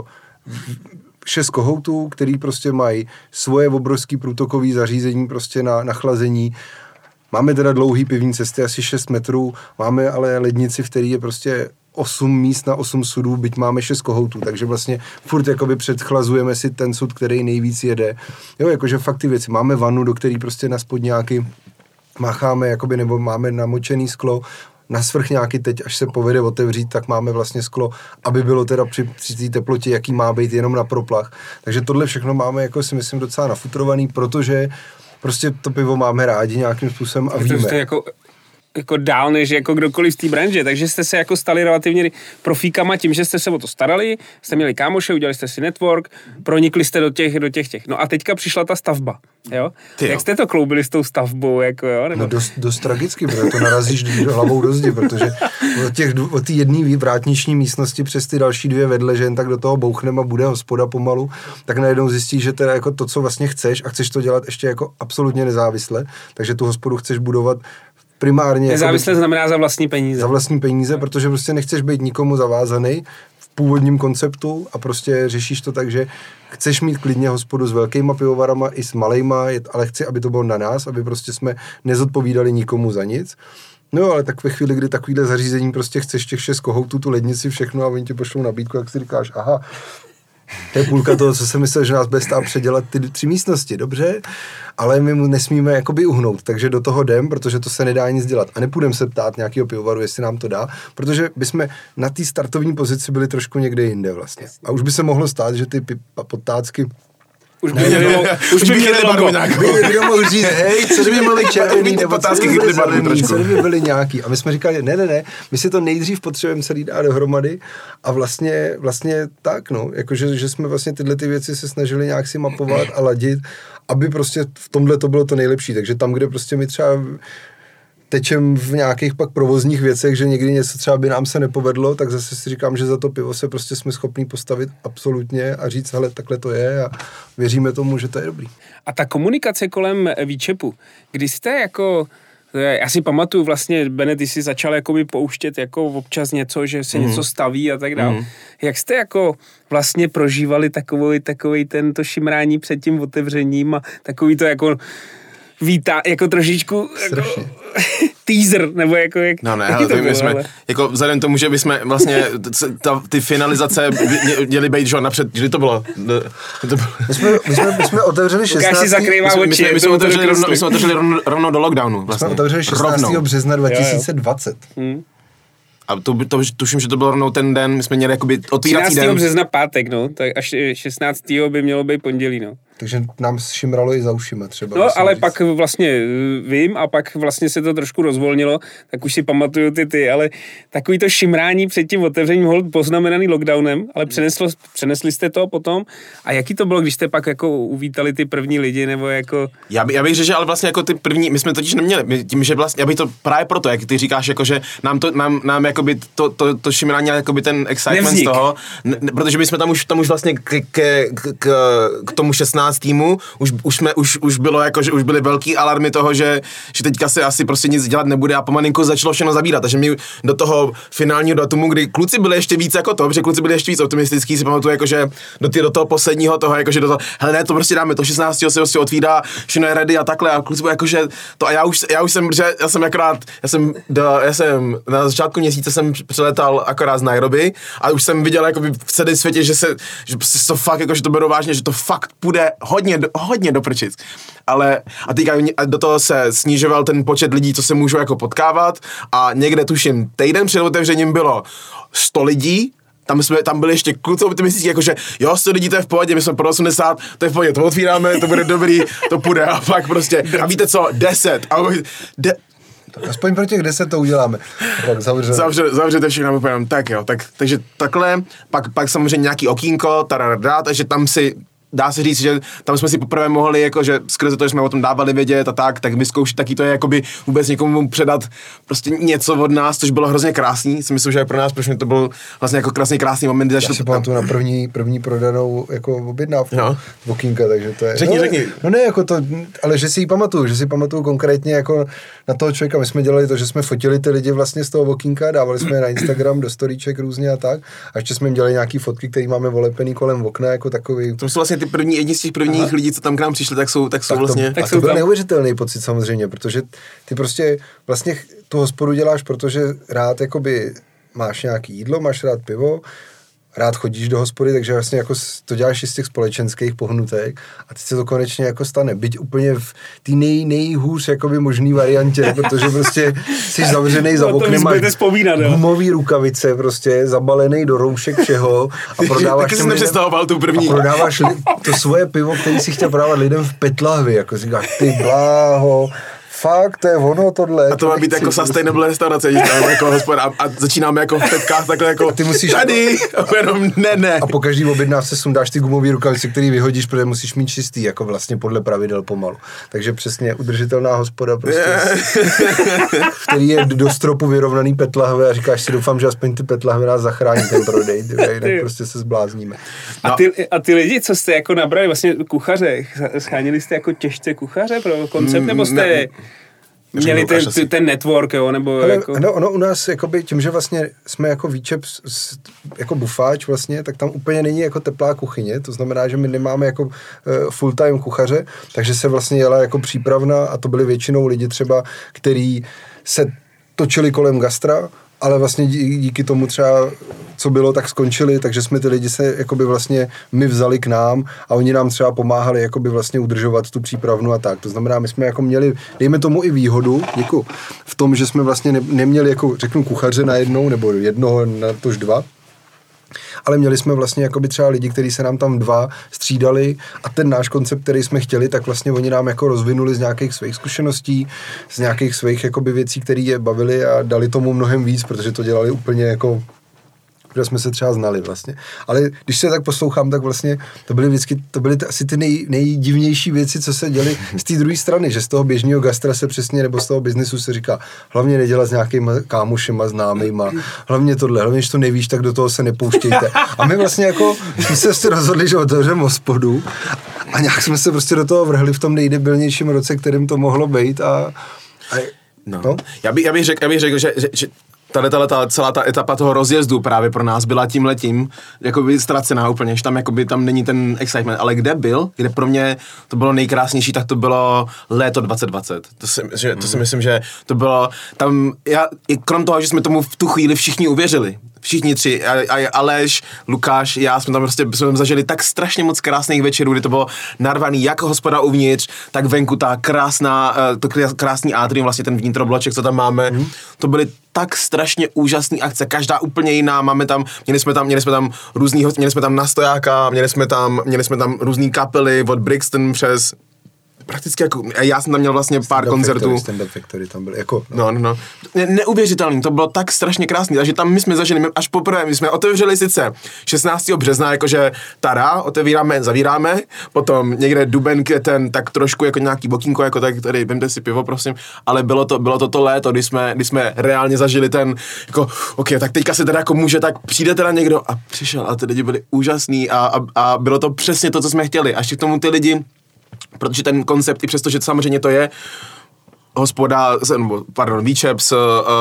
šest kohoutů, který prostě mají svoje obrovský průtokový zařízení prostě na, na chlazení. Máme teda dlouhý pivní cesty, asi šest metrů, máme ale lednici, v který je prostě osm míst na osm sudů, byť máme šest kohoutů, takže vlastně furt jakoby předchlazujeme si ten sud, který nejvíc jede. Jo, jakože fakt ty věci. Máme vanu, do který prostě na spodňáky macháme, jakoby, nebo máme namočený sklo, na svrchňáky teď, až se povede otevřít, tak máme vlastně sklo, aby bylo teda při, při té teplotě, jaký má být jenom na proplach. Takže tohle všechno máme, jako si myslím, docela nafutrovaný, protože prostě to pivo máme rádi nějakým způsobem a víme. Jako jako dál než jako kdokoliv z té branže, takže jste se jako stali relativně profíkama tím, že jste se o to starali, jste měli kámoše, udělali jste si network, pronikli jste do těch, do těch těch. No a teďka přišla ta stavba, jo? Ty Jak jo. jste to kloubili s tou stavbou, jako jo? Nebo... No dost, dost tragicky, protože to narazíš hlavou do zdi, protože od těch, od té jedné vrátniční místnosti přes ty další dvě vedle, že jen tak do toho bouchneme a bude hospoda pomalu, tak najednou zjistíš, že teda jako to, co vlastně chceš a chceš to dělat ještě jako absolutně nezávisle, takže tu hospodu chceš budovat primárně... Nezávisle jako, znamená za vlastní peníze. Za vlastní peníze, protože prostě nechceš být nikomu zavázaný v původním konceptu a prostě řešíš to tak, že chceš mít klidně hospodu s velkýma pivovarama i s malejma, ale chci, aby to bylo na nás, aby prostě jsme nezodpovídali nikomu za nic. No ale tak ve chvíli, kdy takovýhle zařízení prostě chceš těch šest kohoutů, tu lednici, všechno a oni ti pošlou nabídku, jak si říkáš, aha, to je půlka toho, co jsem myslel, že nás bude stát předělat ty tři místnosti, dobře, ale my mu nesmíme jakoby uhnout, takže do toho jdem, protože to se nedá nic dělat a nepůjdeme se ptát nějakého pivovaru, jestli nám to dá, protože bychom na té startovní pozici byli trošku někde jinde vlastně. A už by se mohlo stát, že ty podtácky Už by měli, už by měli logo. Kdo mohl říct, hej, co kdyby byli červený, nebo co kdyby byli zelený, co kdyby byli nějaký. A my jsme říkali, ne, ne, ne, my si to nejdřív potřebujeme celý dát dohromady a vlastně, vlastně tak, no, jakože, že jsme vlastně tyhle ty věci se snažili nějak si mapovat a ladit, aby prostě v tomhle to bylo to nejlepší. Takže tam, kde prostě my třeba tečem v nějakých pak provozních věcech, že někdy něco třeba by nám se nepovedlo, tak zase si říkám, že za to pivo se prostě jsme schopní postavit absolutně a říct, hele, takhle to je a věříme tomu, že to je dobrý. A ta komunikace kolem výčepu, kdy jste jako Já si pamatuju vlastně, Bene, ty jsi začal jakoby pouštět jako občas něco, že se mm. něco staví a tak dále. Mm. Jak jste jako vlastně prožívali takový, takový tento šimrání před tím otevřením a takový to jako vítá, jako trošičku jako teaser, nebo jako jak... No ne, ale to my jsme, ale... jako vzhledem tomu, že bychom vlastně, ta, ty finalizace měly být, že napřed, kdy to bylo? To bylo. My, jsme, my, jsme, my jsme otevřeli šestnáctého Ukáž si zakrývá oči. My jsme, my jsme otevřeli, rovno, my jsme otevřeli rovno, rovno do lockdownu. Vlastně. My jsme otevřeli šestnáctého března dva tisíce dvacet. Jo, jo. Hmm. A to, to, tuším, že to byl rovnou ten den, my jsme měli jakoby otvírací den. třináctého března pátek, no, tak až šestnáctého by mělo být pondělí, no. Takže nám šimralo i za ušima třeba. No, ale říct. Pak vlastně vím a pak vlastně se to trošku rozvolnilo, tak už si pamatuju ty ty, ale takový to šimrání před tím otevřením hold poznamenaný lockdownem, ale přeneslo, přenesli jste to potom a jaký to bylo, když jste pak jako uvítali ty první lidi, nebo jako... Já, by, já bych řekl, že ale vlastně jako ty první, my jsme totiž neměli, my, tím, že vlastně, já bych to právě proto, jak ty říkáš, jako že nám to, nám, nám jakoby to, to, to šimrání, jakoby ten excitement Nevznik. Z toho, ne, protože my jsme tam už, tam už vlastně k, k, k, k tomu šestnáctému týmu, už, už, jsme, už, už bylo jako, že už byly velký alarmy toho, že, že teďka se asi prostě nic dělat nebude a pomalinku začalo všechno zabírat, takže my do toho finálního datumu, kdy kluci byli ještě víc jako to, protože kluci byli ještě víc optimistický, si pamatuju, jako, že do, ty, do toho posledního toho, jako, že do toho, hele ne, to prostě dáme, to šestnáctého se prostě otvírá, všechno je ready a takhle a kluci byli jako, že to a já už, já už jsem, že já jsem akorát, já jsem, do, já jsem na začátku měsíce jsem přiletal akorát z Nairobi a už jsem viděl jako v celém světě, že se, že to fakt, jako, že to berou vážně, že to fakt půjde hodně, hodně doprčit. Ale a teďka do toho se snižoval ten počet lidí, co se můžou jako potkávat a někde tuším týden před otevřením bylo sto lidí, tam jsme, tam byli ještě kluci optimistický, jakože jo, sto lidí, to je v pohodě, my jsme pro osmdesát, to je v pohodě, to otvíráme, to bude dobrý, to půjde a pak prostě, a víte co, deset, a de, aspoň pro těch deset to uděláme. Zavře, zavřete všechno, úplně, tak jo, tak, takže takhle, pak, pak samozřejmě nějaký okýnko, tararada, takže tam si dá se říct, že tam jsme si poprvé mohli, jako, že skrze to, že jsme o tom dávali vědět a tak, tak vyzkoušet taky to je jakoby vůbec někomu předat prostě něco od nás, což bylo hrozně krásný. Si myslím, že pro nás, protože to byl vlastně jako krásný, krásný moment. Já si pamatuju na první, první prodanou jako objednávku no. Vokínka, takže to je... Řekni, no, řekni. No ne, jako to, ale že si ji pamatuju, že si pamatuju konkrétně jako na toho člověka. My jsme dělali to, že jsme fotili ty lidi vlastně z toho Vokínka, dávali jsme je na Instagram do storíček různě a tak. A ještě jsme jim dělali nějaký fotky, které máme volepený kolem okna, jako takový. To jsou vlastně ty první, jedni z těch prvních Aha. lidí, co tam k nám přišli, tak jsou, tak jsou tak to, vlastně... Tak to byl tam... neuvěřitelný pocit samozřejmě, protože ty prostě vlastně tu hospodu děláš, protože rád jakoby máš nějaký jídlo, máš rád pivo, rád chodíš do hospody, takže vlastně jako to děláš i z těch společenských pohnutek a teď se to konečně jako stane, byť úplně v té nej, nejhůř jakoby možný variantě, protože prostě jsi zavřenej za oknem, máš gumový rukavice prostě, zabalený do roušek všeho a prodáváš těm lidem, tu první. A prodáváš li, to svoje pivo, který si chtěl prodávat lidem v PET lahvi, jako říkáš, ty bláho, fakt, to je ono tohle. A to má být jako sustainable restaurace, jako hospoda a, a začínáme jako v petkách takhle jako ty musíš tady, a jenom ne, ne. A po každý objednávce sundáš ty gumový rukavice, který vyhodíš, protože musíš mít čistý, jako vlastně podle pravidel pomalu. Takže přesně udržitelná hospoda prostě, který je do stropu vyrovnaný PET lahve a říkáš si, doufám, že aspoň ty PET lahve nás zachrání ten prodej, jinak prostě se zblázníme. No. A, ty, a ty lidi, co jste jako nabrali, vlastně kuchaře, schánili jste jako těžce kuchaře pro koncept, nebo jste... Ne. Měli ten, ten network, jo, nebo ale, jako... No, ono u nás, jakoby, tím, že vlastně jsme jako výčep, jako bufáč vlastně, tak tam úplně není jako teplá kuchyně, to znamená, že my nemáme jako uh, full-time kuchaře, takže se vlastně jela jako přípravna a to byli většinou lidi třeba, který se točili kolem gastra, ale vlastně díky tomu třeba, co bylo, tak skončili, takže jsme ty lidi se jakoby vlastně my vzali k nám a oni nám třeba pomáhali jakoby vlastně udržovat tu přípravnu a tak. To znamená, my jsme jako měli, dejme tomu i výhodu, děkuji, v tom, že jsme vlastně ne, neměli jako, řeknu, kuchaře na jednou, nebo jednoho na tož dva, ale měli jsme vlastně jakoby třeba lidi, kteří se nám tam dva střídali a ten náš koncept, který jsme chtěli, tak vlastně oni nám jako rozvinuli z nějakých svých zkušeností, z nějakých svých jakoby věcí, které je bavili a dali tomu mnohem víc, protože to dělali úplně jako, že jsme se třeba znali vlastně. Ale když se tak poslouchám, tak vlastně to byly vždycky, to byly asi ty nej, nejdivnější věci, co se děly z té druhé strany, že z toho běžného gastra se přesně, nebo z toho biznesu se říká, hlavně nedělat s nějakýma kámošema, známejma, hlavně tohle, hlavně, když to nevíš, tak do toho se nepouštějte. A my vlastně jako, jsme se prostě rozhodli, že otevřeme hospodu a nějak jsme se prostě do toho vrhli v tom nejdebilnějším roce, kterým to mohlo být a, a No. no. Já, by, já bych řekl, já bych řekl, že, že, že Tady ta, celá ta etapa toho rozjezdu právě pro nás byla tímhletím jakoby ztracená úplně, že tam, jakoby, tam není ten excitement, ale kde byl, kde pro mě to bylo nejkrásnější, tak to bylo léto dvacet dvacet. To si, že, to si myslím, že to bylo tam, já, i krom toho, že jsme tomu v tu chvíli všichni uvěřili, všichni tři, a, a Aleš, Lukáš, já jsme tam prostě jsme tam zažili tak strašně moc krásných večerů, kdy to bylo narvaný jak hospoda uvnitř, tak venku ta krásná, to krásný atrium, vlastně ten vnitrobloček, co tam máme, mm. to byly tak strašně úžasný akce, každá úplně jiná, máme tam, měli jsme tam, měli jsme tam různý, měli jsme tam nastojáka, měli jsme tam, měli jsme tam různý kapely od Brixton přes prakticky jako, já jsem tam měl vlastně pár Stand-up koncertů. Factory, Stand-up Factory tam byly, jako. No, no, no. Ne, neuvěřitelný, to bylo tak strašně krásný, takže tam my jsme zažili, my až poprvé, my jsme otevřeli sice šestnáctého března, jakože Tara, otevíráme, zavíráme, potom někde duben, květen, tak trošku jako nějaký bokínko, jako tak tady, vemte si pivo, prosím, ale bylo to, bylo to to léto, kdy jsme, kdy jsme reálně zažili ten, jako, ok, tak teďka se teda jako může, tak přijde teda někdo a přišel a ty lidi byli úžasný a, a, a bylo to přesně to, co jsme chtěli, až k tomu ty lidi, protože ten koncept, i přesto, že samozřejmě to je hospoda, pardon, výčep s, uh,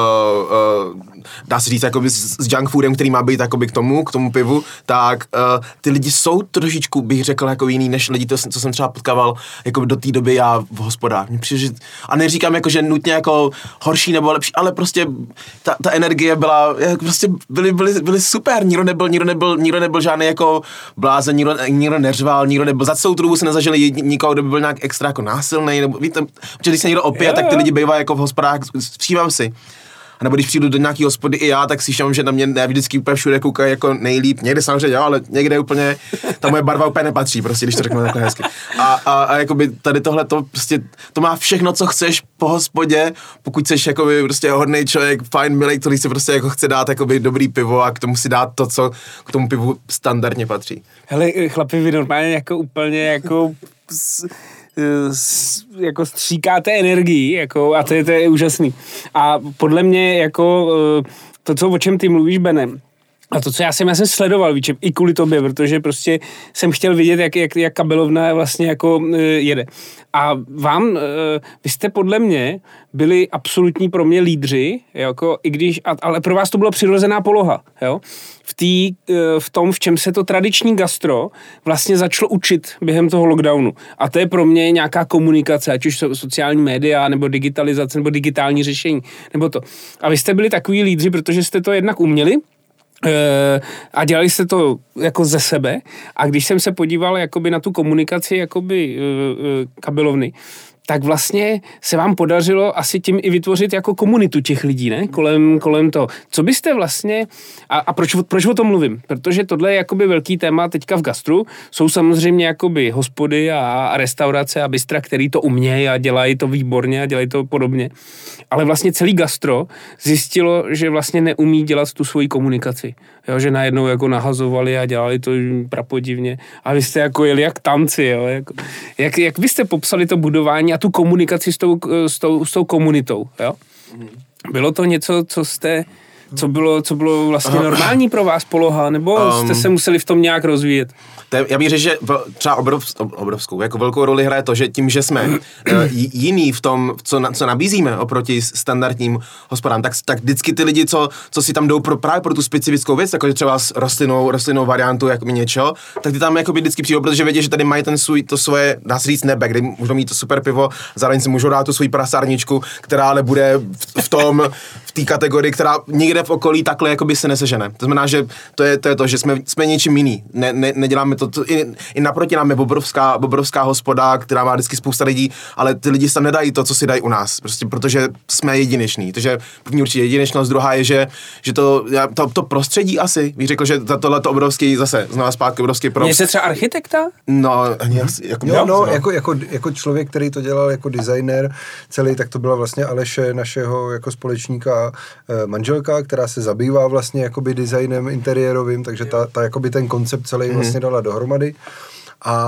uh, dá se říct, jakoby s, s junk foodem, který má být jakoby k tomu, k tomu pivu, tak uh, ty lidi jsou trošičku, bych řekl, jako jiný, než lidi, to, co jsem třeba potkával jako do té doby já v hospodách. Přijde, a neříkám, jako, že nutně jako horší nebo lepší, ale prostě ta, ta energie byla, jak prostě byly, byly, byly super, nikdo nebyl, nikdo nebyl, nikdo nebyl žádný jako blázen, nikdo, nikdo neřval, nikdo nebyl, za celou tu dobu se nezažili nikoho, kdo by byl nějak extra jako násilný, nebo víte, že když se někdo opije, tak ty lidi bývají jako v hospodách, všímám si. A nebo když přijdu do nějaký hospody i já, tak si všimám, že na mě ne vždycky úplně všude koukají jako nejlíp. Někde samozřejmě jo, ale někde úplně, ta moje barva úplně nepatří, prostě, když to řeknu takhle hezky. A, a, a jakoby tady tohle to prostě, to má všechno, co chceš po hospodě, pokud jsi jakoby prostě hodnej člověk, fajn, milej, který si prostě jako chce dát jakoby dobrý pivo a k tomu si dát to, co k tomu pivu standardně patří. Hele, chlapi, vy normálně jako úplně jako s, s, jako stříkáte energii, jako, a to je, to je úžasný. A podle mě jako to, co, o čem ty mluvíš, Benem, a to, co já jsem, já jsem sledoval, víš, i kvůli tobě, protože prostě jsem chtěl vidět, jak, jak, jak kabelovna vlastně jako uh, jede. A vám, uh, vy jste podle mě byli absolutní pro mě lídři, jako, i když, ale pro vás to byla přirozená poloha, jo. V, tý, uh, v tom, v čem se to tradiční gastro vlastně začalo učit během toho lockdownu. A to je pro mě nějaká komunikace, ať už sociální média, nebo digitalizace, nebo digitální řešení, nebo to. A vy jste byli takový lídři, protože jste to jednak uměli, a dělali jste to jako ze sebe a když jsem se podíval jakoby na tu komunikaci jakoby kabelovny, tak vlastně se vám podařilo asi tím i vytvořit jako komunitu těch lidí, ne? Kolem, kolem toho. Co byste vlastně, a, a proč, proč o tom mluvím? Protože tohle je jakoby velký téma teďka v gastru. Jsou samozřejmě jakoby hospody a, a restaurace a bystra, který to umějí a dělají to výborně a dělají to podobně. Ale vlastně celý gastro zjistilo, že vlastně neumí dělat tu svoji komunikaci. Jo, že najednou jako nahazovali a dělali to prapodivně. A vy jste jako jeli jak tanci, jo? Jako, jak, jak byste popsali to budování a tu komunikaci s tou, s tou, s tou komunitou, jo? Bylo to něco, co jste, co bylo, co bylo vlastně normální pro vás poloha, nebo jste se museli v tom nějak rozvíjet? To je, já bych řekl, že třeba obrov, obrovskou, jako velkou roli hraje to, že tím, že jsme jiný v tom, co, na, co nabízíme oproti standardním hospodám, tak, tak vždycky ty lidi, co, co si tam jdou pro, právě pro tu specifickou věc, jakože třeba s rostlinou, rostlinnou variantu jako něčeho, tak ty tam jakoby vždycky přijdou, protože vědí, že tady mají ten svůj, to svoje, dá se říct, nebe, kde můžou mít to super pivo, zároveň si můžou dát tu svoji prasárničku, která ale bude v, v tom, v té kategorii, která nikde v okolí takhle jakoby se nesežene. To znamená, že to je to, je to že jsme, jsme něčím jiný. Ne, ne, neděláme to, to i, i naproti nám je obrovská, obrovská hospoda, která má vždycky spousta lidí, ale ty lidi tam nedají to, co si dají u nás, prostě protože jsme jedineční. Takže první určitě jedinečnost, druhá je, že, že to, to, to prostředí asi, bych řekl, že za tohle to obrovský, zase znova zpátky obrovský props. Jste třeba architekta? No, ani asi, jako, jo, no, no. Jako, jako, jako člověk, který to dělal jako designer celý, tak to byla vlastně Aleše, našeho jako společníka eh, manželka, která se zabývá vlastně jakoby designem interiérovým, takže ta, ta jakoby ten koncept celý mm-hmm. vlastně dala dohromady. A,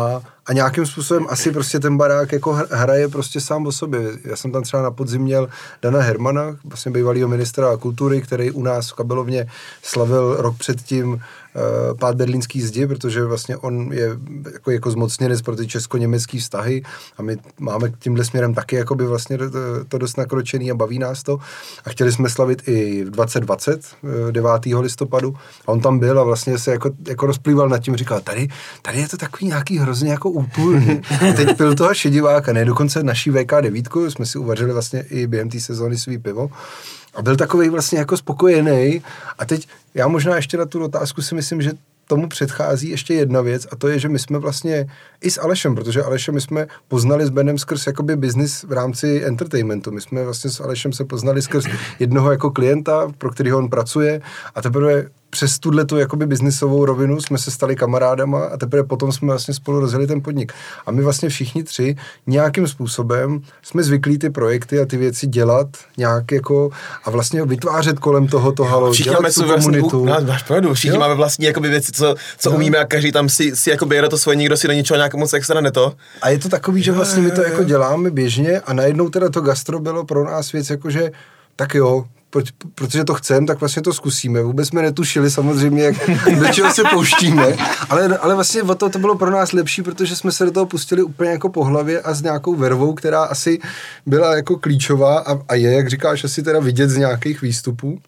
a nějakým způsobem asi prostě ten barák jako hraje prostě sám o sobě. Já jsem tam třeba na podzim měl Dana Hermana, vlastně bývalýho ministra kultury, který u nás v Kabelovně slavil rok předtím uh, pád berlínský zdi, protože vlastně on je jako, jako zmocněnec pro ty česko-německý vztahy a my máme tímhle směrem taky jakoby vlastně to, to dost nakročený a baví nás to. A chtěli jsme slavit i v dvacet dvacet, devátého listopadu a on tam byl a vlastně se jako, jako rozplýval nad tím, říkal, tady, tady je to takový nějaký hrozně jako úpulný. Teď pil toho šediváka, ne, dokonce naší V K devět, jsme si uvařili vlastně i během té sezóny svý pivo a byl takovej vlastně jako spokojený. A teď já možná ještě na tu otázku si myslím, že tomu předchází ještě jedna věc a to je, že my jsme vlastně i s Alešem, protože Alešem my jsme poznali s Benem skrz jakoby business v rámci entertainmentu. My jsme vlastně s Alešem se poznali skrz jednoho jako klienta, pro kterého on pracuje a teprve přes tuhletu jakoby biznisovou rovinu jsme se stali kamarádama a teprve potom jsme vlastně spolu rozjeli ten podnik. A my vlastně všichni tři nějakým způsobem jsme zvyklí ty projekty a ty věci dělat nějak jako a vlastně vytvářet kolem toho to halo, dělat tu komunitu. Vlastně, máš pravdu, všichni jo? máme vlastní jakoby věci, co, co umíme a každý tam si, si jakoby jede to svoje, nikdo si do ničeho nějak moc extra ne to. A je to takový, že vlastně my to jako děláme běžně a najednou teda to gastro bylo pro nás věc jakože tak jo, protože to chceme, tak vlastně to zkusíme. Vůbec jsme netušili samozřejmě, jak, do čeho se pouštíme, ale, ale vlastně o to, to bylo pro nás lepší, protože jsme se do toho pustili úplně jako po hlavě a s nějakou vervou, která asi byla jako klíčová a, a je, jak říkáš, asi teda vidět z nějakých výstupů.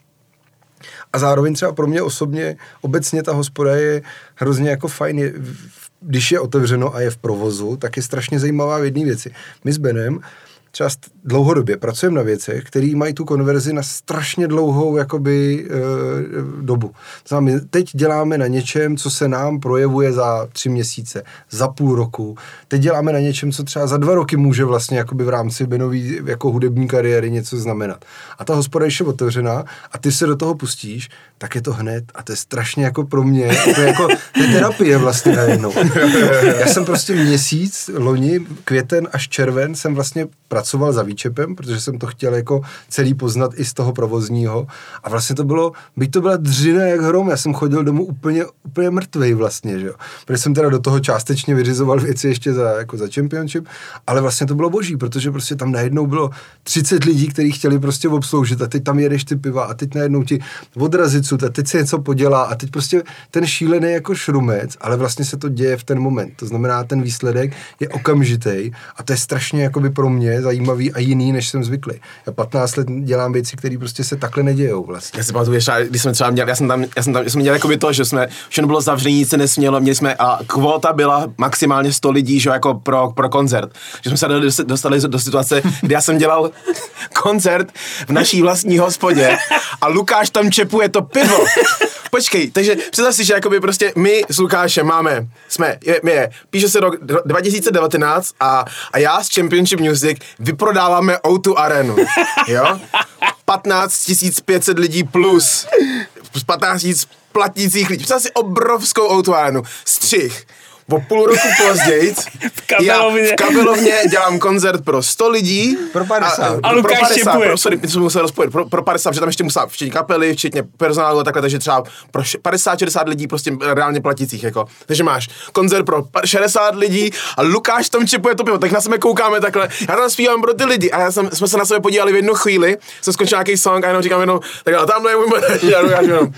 A zároveň třeba pro mě osobně obecně ta hospoda je hrozně jako fajn, je, když je otevřeno a je v provozu, tak je strašně zajímavá v jedné věci. My s Benem třeba dlouhodobě pracujeme na věcech, které mají tu konverzi na strašně dlouhou jakoby, e, dobu. To znamená, my teď děláme na něčem, co se nám projevuje za tři měsíce, za půl roku. Teď děláme na něčem, co třeba za dva roky může vlastně jakoby v rámci Benový jako hudební kariéry něco znamenat. A ta hospoda je otevřená a ty se do toho pustíš, tak je to hned a to je strašně jako pro mě, to je jako to je terapie vlastně najednou. Já jsem prostě měsíc, loni, květen až červen jsem vlastně pracoval za výčepem, protože jsem to chtěl jako celý poznat i z toho provozního a vlastně to bylo, byť to byla dřina jak hrom, já jsem chodil domů úplně, úplně mrtvej vlastně, že jo. Protože jsem teda do toho částečně vyřizoval věci ještě za, jako za championship, ale vlastně to bylo boží, protože prostě tam najednou bylo třicet lidí, kteří chtěli prostě obsloužit a teď tam jedeš ty piva a teď najednou ti odrazit a teď se něco podělá a teď prostě ten šílený jako šrumec, ale vlastně se to děje v ten moment. To znamená, ten výsledek je okamžitý a to je strašně jakoby pro mě zajímavý a jiný, než jsem zvyklý. Já patnáct let dělám věci, které prostě se takhle nedějou vlastně. Já si pamatuju, když jsme třeba měli, já jsem tam, já jsem tam, já jsem měl jakoby to, že jsme, všechno bylo zavřené, nic se nesmělo, měli jsme, a kvóta byla maximálně sto lidí, že jako pro, pro koncert. Že jsme se dostali do situace, kdy já jsem dělal koncert v naší vlastní hospodě a Lukáš tam čepuje to pivo. Počkej, takže představ si, že jakoby prostě my s Lukášem máme, jsme, je, my je, píše se rok dva tisíce devatenáct a, a já s Championship Music vyprodáváme ó dva Arenu, jo? patnáct tisíc pět set lidí plus, patnáct tisíc platících lidí, představ si obrovskou ó dva Arenu, střih. O půl roku později v Kabelovně. Já v Kabelovně dělám koncert pro sto lidí. Pro padesát. A, a Lukáš čepuje. Pro, sorry, jsme museli rozpojit. Pro, pro padesát, protože tam ještě musela včetně kapely, včetně personálu a takhle, takže třeba pro padesát šedesát lidí prostě reálně platících, jako. Takže máš koncert pro šedesát lidí a Lukáš tam čepuje to pivo, tak na sebe koukáme takhle. Já tam zpívám pro ty lidi a já jsem, jsme se na sebe podívali v jednu chvíli, jsem skončil nějaký song a jenom říkám jenom, tak a tamhle je můj jenom.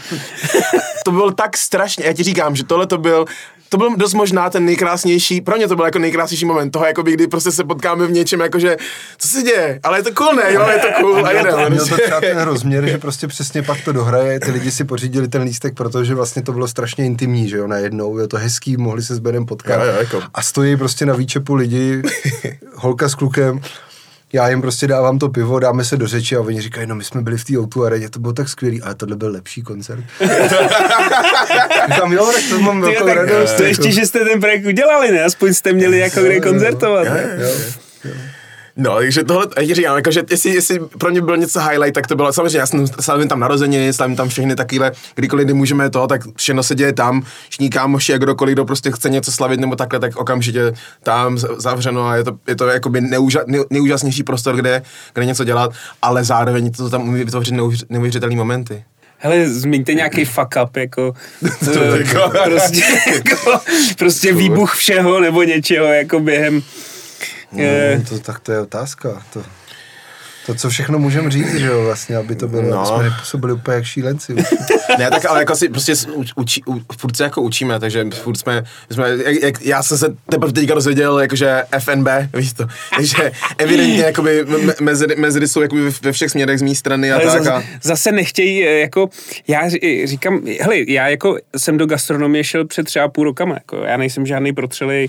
To bylo tak strašně, já ti říkám, že tohle to byl To byl dost možná ten nejkrásnější, pro mě to byl jako nejkrásnější moment toho, jakoby, kdy prostě se potkáme v něčem, jakože, co se děje, ale je to cool, ne, jo, je to cool, a, a jedeme. Měl to třeba ten rozměr, že prostě přesně pak to dohraje, ty lidi si pořídili ten lístek, protože vlastně to bylo strašně intimní, že jo, najednou, bylo to hezký, mohli se s Benem potkat jo, jo, jako. A stojí prostě na výčepu lidi, holka s klukem, já jim prostě dávám to pivo, dáme se do řeči a oni říkají, no my jsme byli v té ó dva areně, to bylo tak skvělý, ale tohle byl lepší koncert. Říkám, jo, tak to mám velkou radost. To ještě, že jste ten projekt udělali, ne? Aspoň jste měli jako kde koncertovat. Jo, jo, jo. No, takže tohle, já říkám, jakože jestli, jestli pro mě byl něco highlight, tak to bylo samozřejmě, já jsem slavím tam narozeniny, slavím tam všechny takovýhle, kdykoliv kdy můžeme to, tak všechno se děje tam, všichni kámoši a kdokoliv, kdo prostě chce něco slavit nebo takhle, tak okamžitě tam zavřeno a je to, je to jakoby neuža, ne, nejúžasnější prostor, kde, kde něco dělat, ale zároveň to tam umí vytvořit neuvěřitelné momenty. hele, zmiňte nějaký fuck up, jako, uh, prostě, jako, prostě výbuch všeho nebo něčeho, jako během... No, to, tak to je otázka, to... To, co všechno můžeme říct, že jo, vlastně, aby to bylo, no. aby jsme nepůsobili úplně jak šílenci. Ne, tak ale jako si prostě učí, u, furt se jako učíme, takže furt jsme, jsme jak, jak, já jsem se teprve teďka dozvěděl, jakože F N B, víš to, takže evidentně jakoby mezery, mezery jsou jakoby ve všech směrech z mé strany a ale tak. Zase, a... zase nechtějí, jako, já říkám, hele, já jako jsem do gastronomie šel před třeba půl rokama, jako, já nejsem žádný protřelej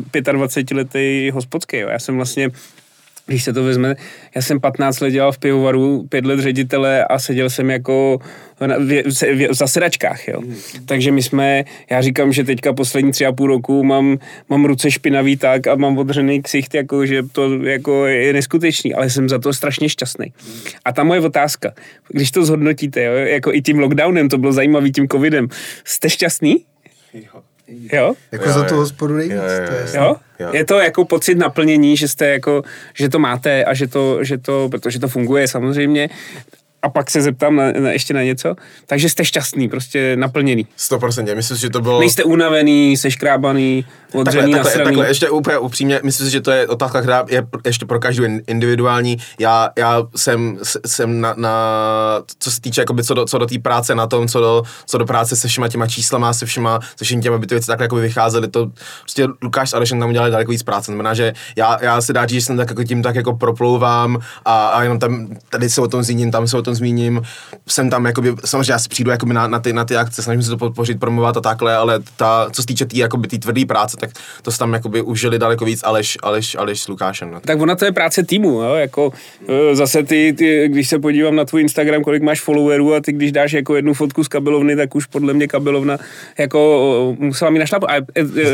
dvacetiletý hospodský, jo, já jsem vlastně když se to vezme, já jsem patnáct let dělal v pivovaru, pět let ředitele a seděl jsem jako v, v, v zasedačkách, jo. Takže my jsme, já říkám, že teďka poslední tři a půl roku mám, mám ruce špinavý tak a mám odřený ksicht, jako, že to jako je neskutečný, ale jsem za to strašně šťastný. A ta moje otázka, když to zhodnotíte, jo, jako i tím lockdownem, to bylo zajímavý, tím covidem, jste šťastný? Jo. Jo? Jako jo, za jo. tu hospodu nejvíc, Jo, jo, to je Jo? Jo. Je to jako pocit naplnění, že jste jako, že to máte a že to, že to, protože to funguje samozřejmě. A pak se zeptám na, na, ještě na něco. Takže jste šťastný, prostě naplněný. sto procent, myslím si, že to bylo... Nejste unavený, seškrábaný, odřený, takhle, nasraný. takhle, ještě úplně upřímně, myslím si, že to je otázka, která je ještě pro každou individuální. Já, já jsem, jsem na, na, co se týče, jakoby, co do, co do té práce na tom, co do, co do práce se všema těma číslama, se všema, se všemi těma, aby ty věci takhle jakoby vycházely, to prostě Lukáš s Alešem tam udělali daleko víc práce. Znamená, že já, já se dá říct, že jsem tak jako tím tak jako proplouvám a, a jenom tam, tady se o tom zmíním, tam se o tom zmíním, jsem tam jakoby, samozřejmě já si přijdu jakoby na, na, ty, na ty akce, snažím se to podpořit, promovat a takhle, ale ta, co se týče tý, jakoby, tý tvrdý práce, tak to se tam jakoby užili daleko víc Aleš, Aleš, Aleš s Lukášem. Tak ona to je práce týmu, jo? Jako zase ty, ty, když se podívám na tvůj Instagram, kolik máš followerů a ty když dáš jako jednu fotku z kabelovny, tak už podle mě kabelovna jako musela mi našlapat. A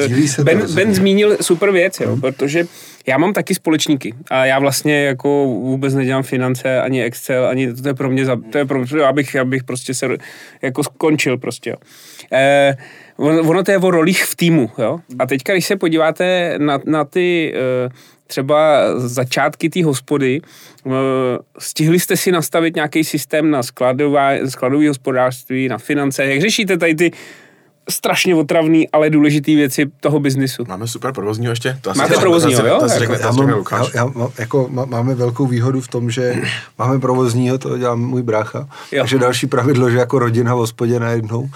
Ben, Ben zmínil super věc, jo? Protože já mám taky společníky a já vlastně jako vůbec nedělám finance, ani Excel, ani to je pro mě, to je pro mě, abych, abych prostě se jako skončil prostě, jo. Eh, ono to je o rolích v týmu, jo. A teďka, když se podíváte na, na ty eh, třeba začátky té hospody, eh, stihli jste si nastavit nějaký systém na skladové hospodářství, na finance, jak řešíte tady ty strašně otravný, ale důležitý věci toho biznisu. Máme super provozního ještě? To Máte provozního, jo? To si řekne, já to mám, Lukáš. já, já, jako, má, máme velkou výhodu v tom, že máme provozního, to dělá můj brácha, jo. Takže další pravidlo, že jako rodina v hospodě najednou.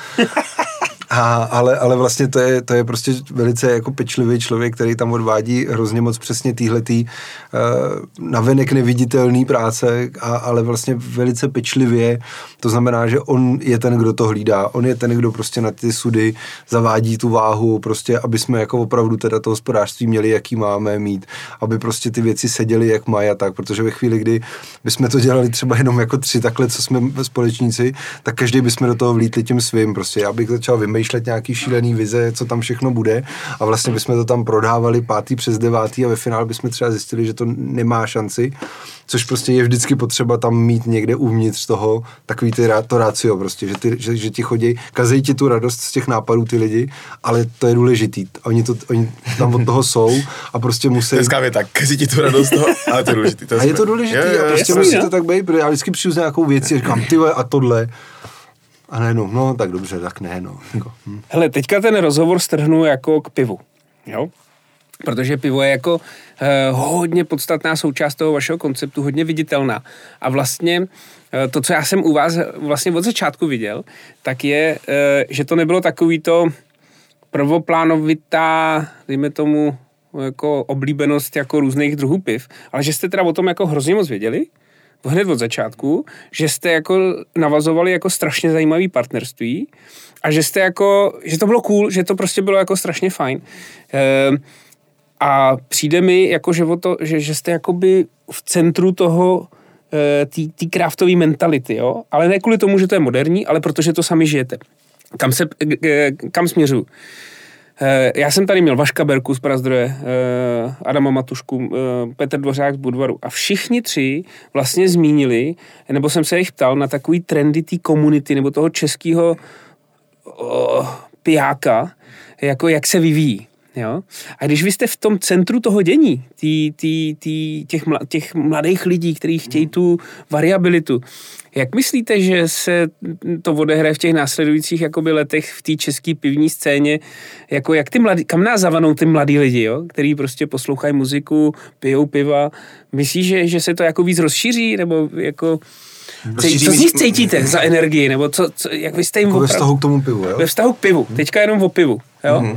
A, ale, ale vlastně to je, to je prostě velice jako pečlivý člověk, který tam odvádí hrozně moc přesně týhletý uh, navenek neviditelný práce, a, ale vlastně velice pečlivě. To znamená, že on je ten, kdo to hlídá. On je ten, kdo prostě na ty sudy zavádí tu váhu, prostě, aby jsme jako opravdu teda to hospodářství měli, jaký máme mít, aby prostě ty věci seděly, jak mají a tak, protože ve chvíli, kdy bychom to dělali třeba jenom jako tři takhle, co jsme společníci, tak každý bychom do toho vlítli tím svým, prostě. Já bych začal vymýšlet nějaký šílený vize, co tam všechno bude a vlastně bychom to tam prodávali pátý přes devátý a ve finále bychom třeba zjistili, že to nemá šanci, což prostě je vždycky potřeba tam mít někde uvnitř toho takový ty, to rácio prostě, že, ty, že, že ti chodí, kazejí ti tu radost z těch nápadů ty lidi, ale to je důležitý. Oni, to, oni tam od toho jsou a prostě musí... Dneska je tak, kazejí ti tu radost toho, ale to je důležitý. To je a je to důležitý je, je, a prostě jasný, musí no? to tak být, protože já vždycky přijdu s nějakou věcí a říkám, ty vole, a tohle. A nejenom, no tak dobře, tak ne, no. Jako, hm. Hele, teďka ten rozhovor strhnu jako k pivu, jo? Protože pivo je jako eh, hodně podstatná součást toho vašeho konceptu, hodně viditelná. A vlastně eh, to, co já jsem u vás vlastně od začátku viděl, tak je, eh, že to nebylo takový to prvoplánovitá, dejme tomu, jako oblíbenost jako různých druhů piv, ale že jste teda o tom jako hrozně moc věděli, hned od začátku, že jste jako navazovali jako strašně zajímavý partnerství a že jste jako, že to bylo cool, že to prostě bylo jako strašně fajn. Ehm, a přijde mi jako, že, o to, že, že jste jakoby v centru toho té craftové mentality, jo? Ale ne kvůli tomu, že to je moderní, ale protože to sami žijete. Kam se, kam směřuju? Já jsem tady měl Vaška Berku z Prazdroje, Adama Matušku, Petr Dvořák z Budvaru a všichni tři vlastně zmínili, nebo jsem se jich ptal na takový trendy té komunity nebo toho českého oh, pijáka, jako jak se vyvíjí. Jo? A když vy jste v tom centru toho dění, tý, tý, tý, těch, mla, těch mladých lidí, kteří chtějí tu variabilitu, jak myslíte, že se to odehraje v těch následujících jakoby letech v té české pivní scéně, jako jak ty mladí, kam nás zavanou ty mladí lidi, jo? Který prostě poslouchají muziku, pijou piva, myslíš, že, že se to jako víc rozšíří, nebo jako... Rozšíří co z nich cítíte za energii, nebo co, co jak vy jste jim jako opravdu... ve vztahu k tomu pivu, jo? Ve vztahu k pivu, teďka jenom o pivu, jo? Mm-hmm.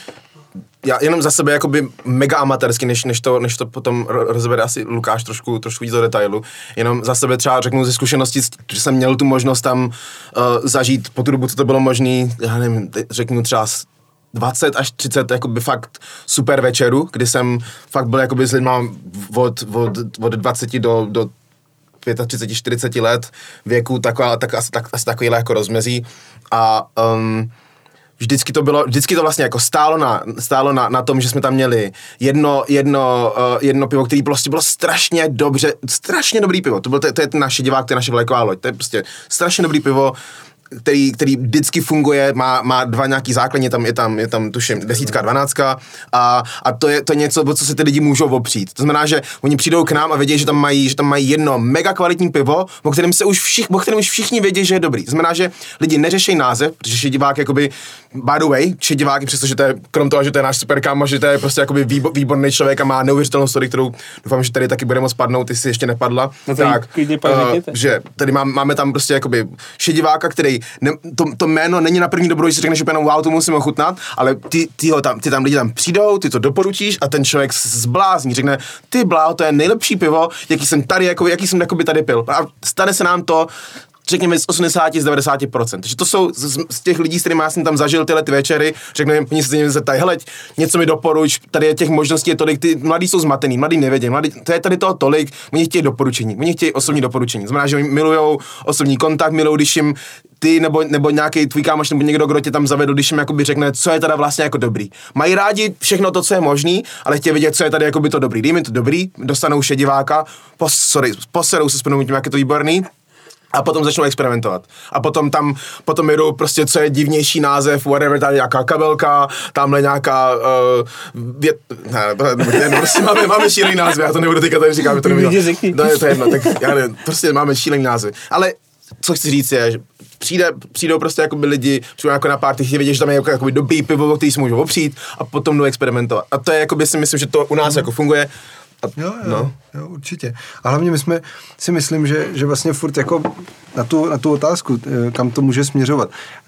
Já jenom za sebe jakoby mega amatérsky, než, než, to, než to potom rozebere asi Lukáš trošku, trošku víc do detailu. Jenom za sebe třeba řeknu ze zkušenosti, že jsem měl tu možnost tam uh, zažít po tu dobu, co to bylo možný, já nevím, řeknu třeba dvacet až třicet jakoby fakt super večerů, kdy jsem fakt byl jakoby s lidma od, od, od dvaceti do, do třicet pět čtyřicet let věku, taková, tak, asi, tak, asi takovýhle jako rozmezí a um, Vždycky to bylo, vždycky to vlastně jako stálo na, stálo na, na tom, že jsme tam měli jedno, jedno, uh, jedno pivo, který prostě bylo strašně dobře, strašně dobrý pivo. To byl to, to je ten naše divák, to je naše vlajková loď. To je prostě strašně dobrý pivo, který, který vždycky funguje, má, má dva nějaký základní, tam je tam, je tam tuším desítka, dvanáctka a, a to je to je něco, o co se ty lidi můžou opřít. To znamená, že oni přijdou k nám a vědí, že tam mají, že tam mají jedno mega kvalitní pivo, o kterém se už všich, o kterém už všichni vědí, že je dobrý. To znamená, že lidi neřeší název, protože šedivák jakoby by the way, šediváky, přestože to je, krom toho, že to je náš super kámo, že to je prostě jakoby výbo, výborný člověk a má neuvěřitelnou story, kterou doufám, že tady taky bude moc padnout, ty si ještě nepadla. No tak, uh, že tady máme, máme tam prostě jakoby šediváka, který ne, to, to jméno není na první dobrou, že si řekneš úplně wow, to musím ochutnat, ale ty, ty, ho tam, ty tam lidi tam přijdou, ty to doporučíš a ten člověk zblázní, řekne, ty bláho, to je nejlepší pivo, jaký jsem tady, jako, jaký jsem jakoby tady pil. A stane se nám to, řekněme z osmdesát z devadesát procent. Takže to jsou z, z těch lidí, s kterými já jsem tam zažil tyhle ty večery, řeknu, oni se zeptají, hele, něco mi doporuč, tady je těch možností je tolik, ty mladí jsou zmatený, mladí nevědí, mladí, to je tady toho tolik, oni chtějí doporučení, oni chtějí osobní doporučení. Znamená, že milujou osobní kontakt, milujou, když jim ty nebo, nebo nějaký tvůj kámoš nebo někdo, kdo tě tam zavedl, když jim jakoby řekne, co je teda vlastně jako dobrý. Mají rádi všechno to, co je možný, ale chtějí vědět, co je tady jakoby to dobrý. Dej mi to dobrý, dostanou šediváka, pos, sorry, poserou se s tím, jak je to výborný. A potom začnou experimentovat. A potom tam, potom jedou prostě, co je divnější název, whatever, tady nějaká kabelka, tamhle nějaká, uh, vět, ne, ne, ne, prostě máme, máme šílený názvy, já to nebudu teďka tady říkat, to nebudu. No, to je jedno, tak já nevím, prostě máme šílený názvy. Ale co chci říct je, že přijde, přijdou prostě jakoby lidi, přijdou jako na party, chtějí vědět, že tam je jako, jakoby dobrý pivo, který si můžou opřít a potom jdou experimentovat. A to je jakoby si myslím, že to u nás mm. jako funguje. A, jo, jo, no. jo, určitě. A hlavně my jsme si myslím, že, že vlastně furt jako na tu, na tu otázku, kam to může směřovat.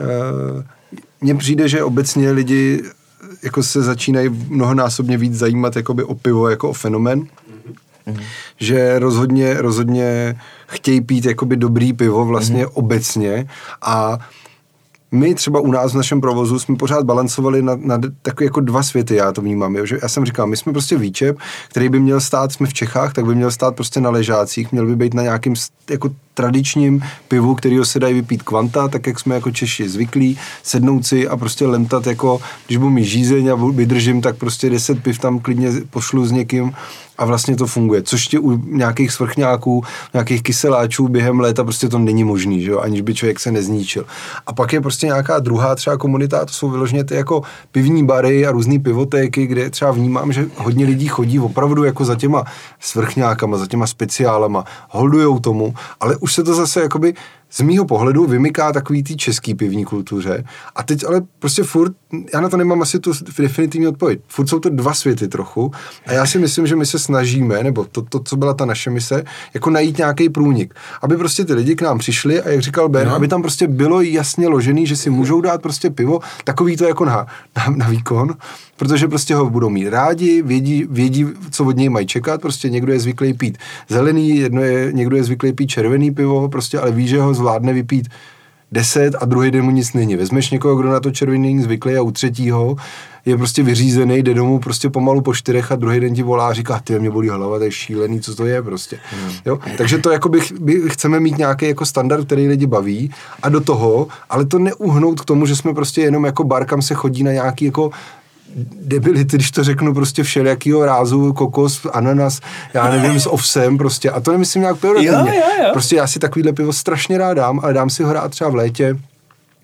Mně přijde, že obecně lidi jako se začínají mnohonásobně víc zajímat jakoby o pivo jako o fenomén. Mm-hmm. Že rozhodně, rozhodně chtějí pít jakoby dobrý pivo vlastně mm-hmm. obecně a my třeba u nás v našem provozu jsme pořád balancovali na, na takové jako dva světy, já to vnímám, jo? Že já jsem říkal, my jsme prostě výčep, který by měl stát, jsme v Čechách, tak by měl stát prostě na ležácích, měl by být na nějakým jako tradičním pivu, kterýho se dají vypít kvanta, tak jak jsme jako Češi zvyklí, sednout si a prostě lemtat jako, když budu mít žízeň a vydržím, tak prostě deset piv tam klidně pošlu s někým a vlastně to funguje, což ti u nějakých svrchňáků, nějakých kyseláčů během léta prostě to není možný, že jo, aniž by člověk se nezničil. A pak je prostě nějaká druhá třeba komunita, to jsou vyloženě ty jako pivní bary a různý pivotéky, kde třeba vnímám, že hodně lidí chodí opravdu jako za těma svrchňákama, za těma speciálama, holdujou tomu, ale už se to zase jakoby z mýho pohledu vymyká takový tý český pivní kultuře. A teď ale prostě furt, já na to nemám asi tu definitivní odpověď. Furt jsou to dva světy trochu a já si myslím, že my se snažíme, nebo to, to co byla ta naše mise, jako najít nějaký průnik. Aby prostě ty lidi k nám přišli a jak říkal Ben, no. aby tam prostě bylo jasně ložený, že si můžou dát prostě pivo, takový to jako na, na, na výkon, protože prostě ho budou mít rádi, vědí, vědí, co od něj mají čekat, prostě někdo je zvyklý pít zelený, jedno je, někdo je zvyklý pít červený pivo, prostě, ale ví, že ho zvládne vypít deset a druhý den mu nic není. Vezmeš někoho, kdo na to červený není zvyklý a u třetího je prostě vyřízený, jde domů prostě pomalu po čtyřech a druhý den ti volá a říká, ty mě bolí hlava, to je šílený, co to je prostě. Hmm. Jo? Takže to jako bych, by, chceme mít nějaký jako standard, který lidi baví a do toho, ale to neuhnout k tomu, že jsme prostě jenom jako bar, kam se chodí na nějaký jako debility, když to řeknu prostě všelijakýho rázu, kokos, ananas, já nevím, s ovsem prostě a to nemyslím nějak pejorativně. Prostě já si takovýhle pivo strašně rád dám, ale dám si ho rád třeba v létě,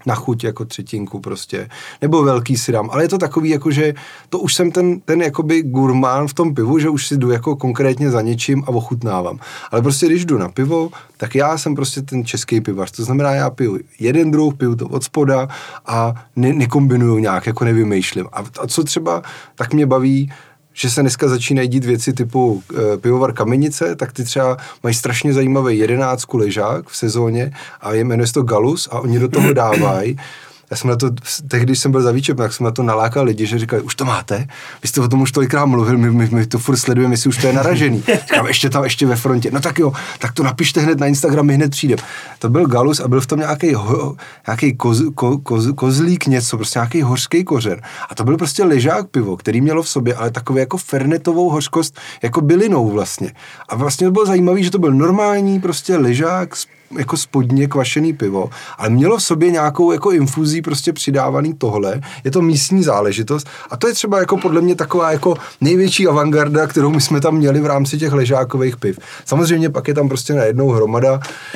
na chuť jako třetinku prostě, nebo velký si dám, ale je to takový jako, že to už jsem ten, ten jakoby gurmán v tom pivu, že už si jdu jako konkrétně za něčím a ochutnávám. Ale prostě když jdu na pivo, tak já jsem prostě ten český pivař, to znamená já piju jeden druh, piju to od spoda a ne, nekombinuju nějak, jako nevymýšlím. A, a co třeba tak mě baví, že se dneska začínají dít věci typu e, pivovar Kamenice, tak ty třeba mají strašně zajímavý jedenáctku ležák v sezóně a jmenuje se to Galus a oni do toho dávají. Já jsem na to, tehdy, když jsem byl za Výčep, tak jsem na to nalákal lidi, že říkali, už to máte? Vy jste o tom už tolikrát mluvil, my, my, my to furt sledujeme, jestli už to je naražený. Říkám, ještě tam, ještě ve frontě. No tak jo, tak to napište hned na Instagram, my hned přijdem. To byl Galus a byl v tom nějaký, ho, nějaký koz, ko, koz, kozlík něco, prostě nějaký hořký kořen. A to byl prostě ležák pivo, který mělo v sobě, ale takové jako fernetovou hořkost, jako bylinou vlastně. A vlastně to bylo zajímavé, že to byl normální prostě ležák jako spodně kvašený pivo, ale mělo v sobě nějakou jako infuzí prostě přidávaný tohle. Je to místní záležitost a to je třeba jako podle mě taková jako největší avantgarda, kterou my jsme tam měli v rámci těch ležákových piv. Samozřejmě pak je tam prostě najednou hromada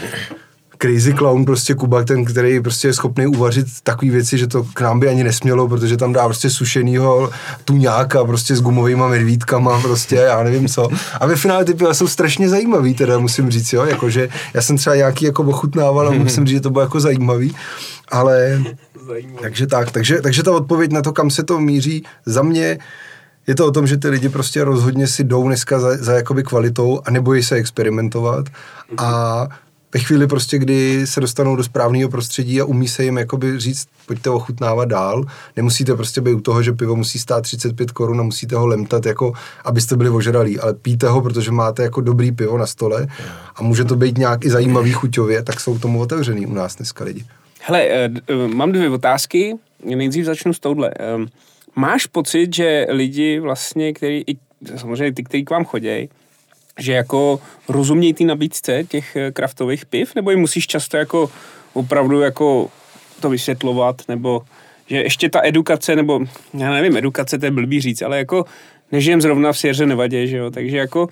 Crazy Clown, prostě Kuba, ten, který prostě je schopný uvařit takové věci, že to k nám by ani nesmělo, protože tam dá prostě sušenýho tuňáka prostě s gumovýma medvídkama, prostě, já nevím co. A ve finále ty piva jsou strašně zajímavý, teda musím říct, jo, jakože já jsem třeba nějaký jako ochutnával a musím říct, že to bylo jako zajímavý, ale zajímavý. takže tak, takže, takže ta odpověď na to, kam se to míří, za mě je to o tom, že ty lidi prostě rozhodně si jdou dneska za, za jakoby kvalitou a nebojí se experimentovat a ve chvíli prostě, kdy se dostanou do správného prostředí a umí se jim jakoby říct, pojďte ochutnávat dál, nemusíte prostě být u toho, že pivo musí stát třicet pět korun a musíte ho lemtat, jako abyste byli ožralí, ale pijte ho, protože máte jako dobrý pivo na stole a může to být nějak i zajímavý chuťově, tak jsou k tomu otevřený u nás dneska lidi. Hele, mám dvě otázky, nejdřív začnu s touhle. Máš pocit, že lidi vlastně, který, samozřejmě ty, kteří k vám chodějí, že jako rozumějí ty nabídce těch kraftových piv, nebo jim musíš často jako opravdu jako to vysvětlovat, nebo že ještě ta edukace, nebo já nevím, edukace, to je blbý říct, ale jako nežijem zrovna v Sierře Nevadě, že jo, takže jako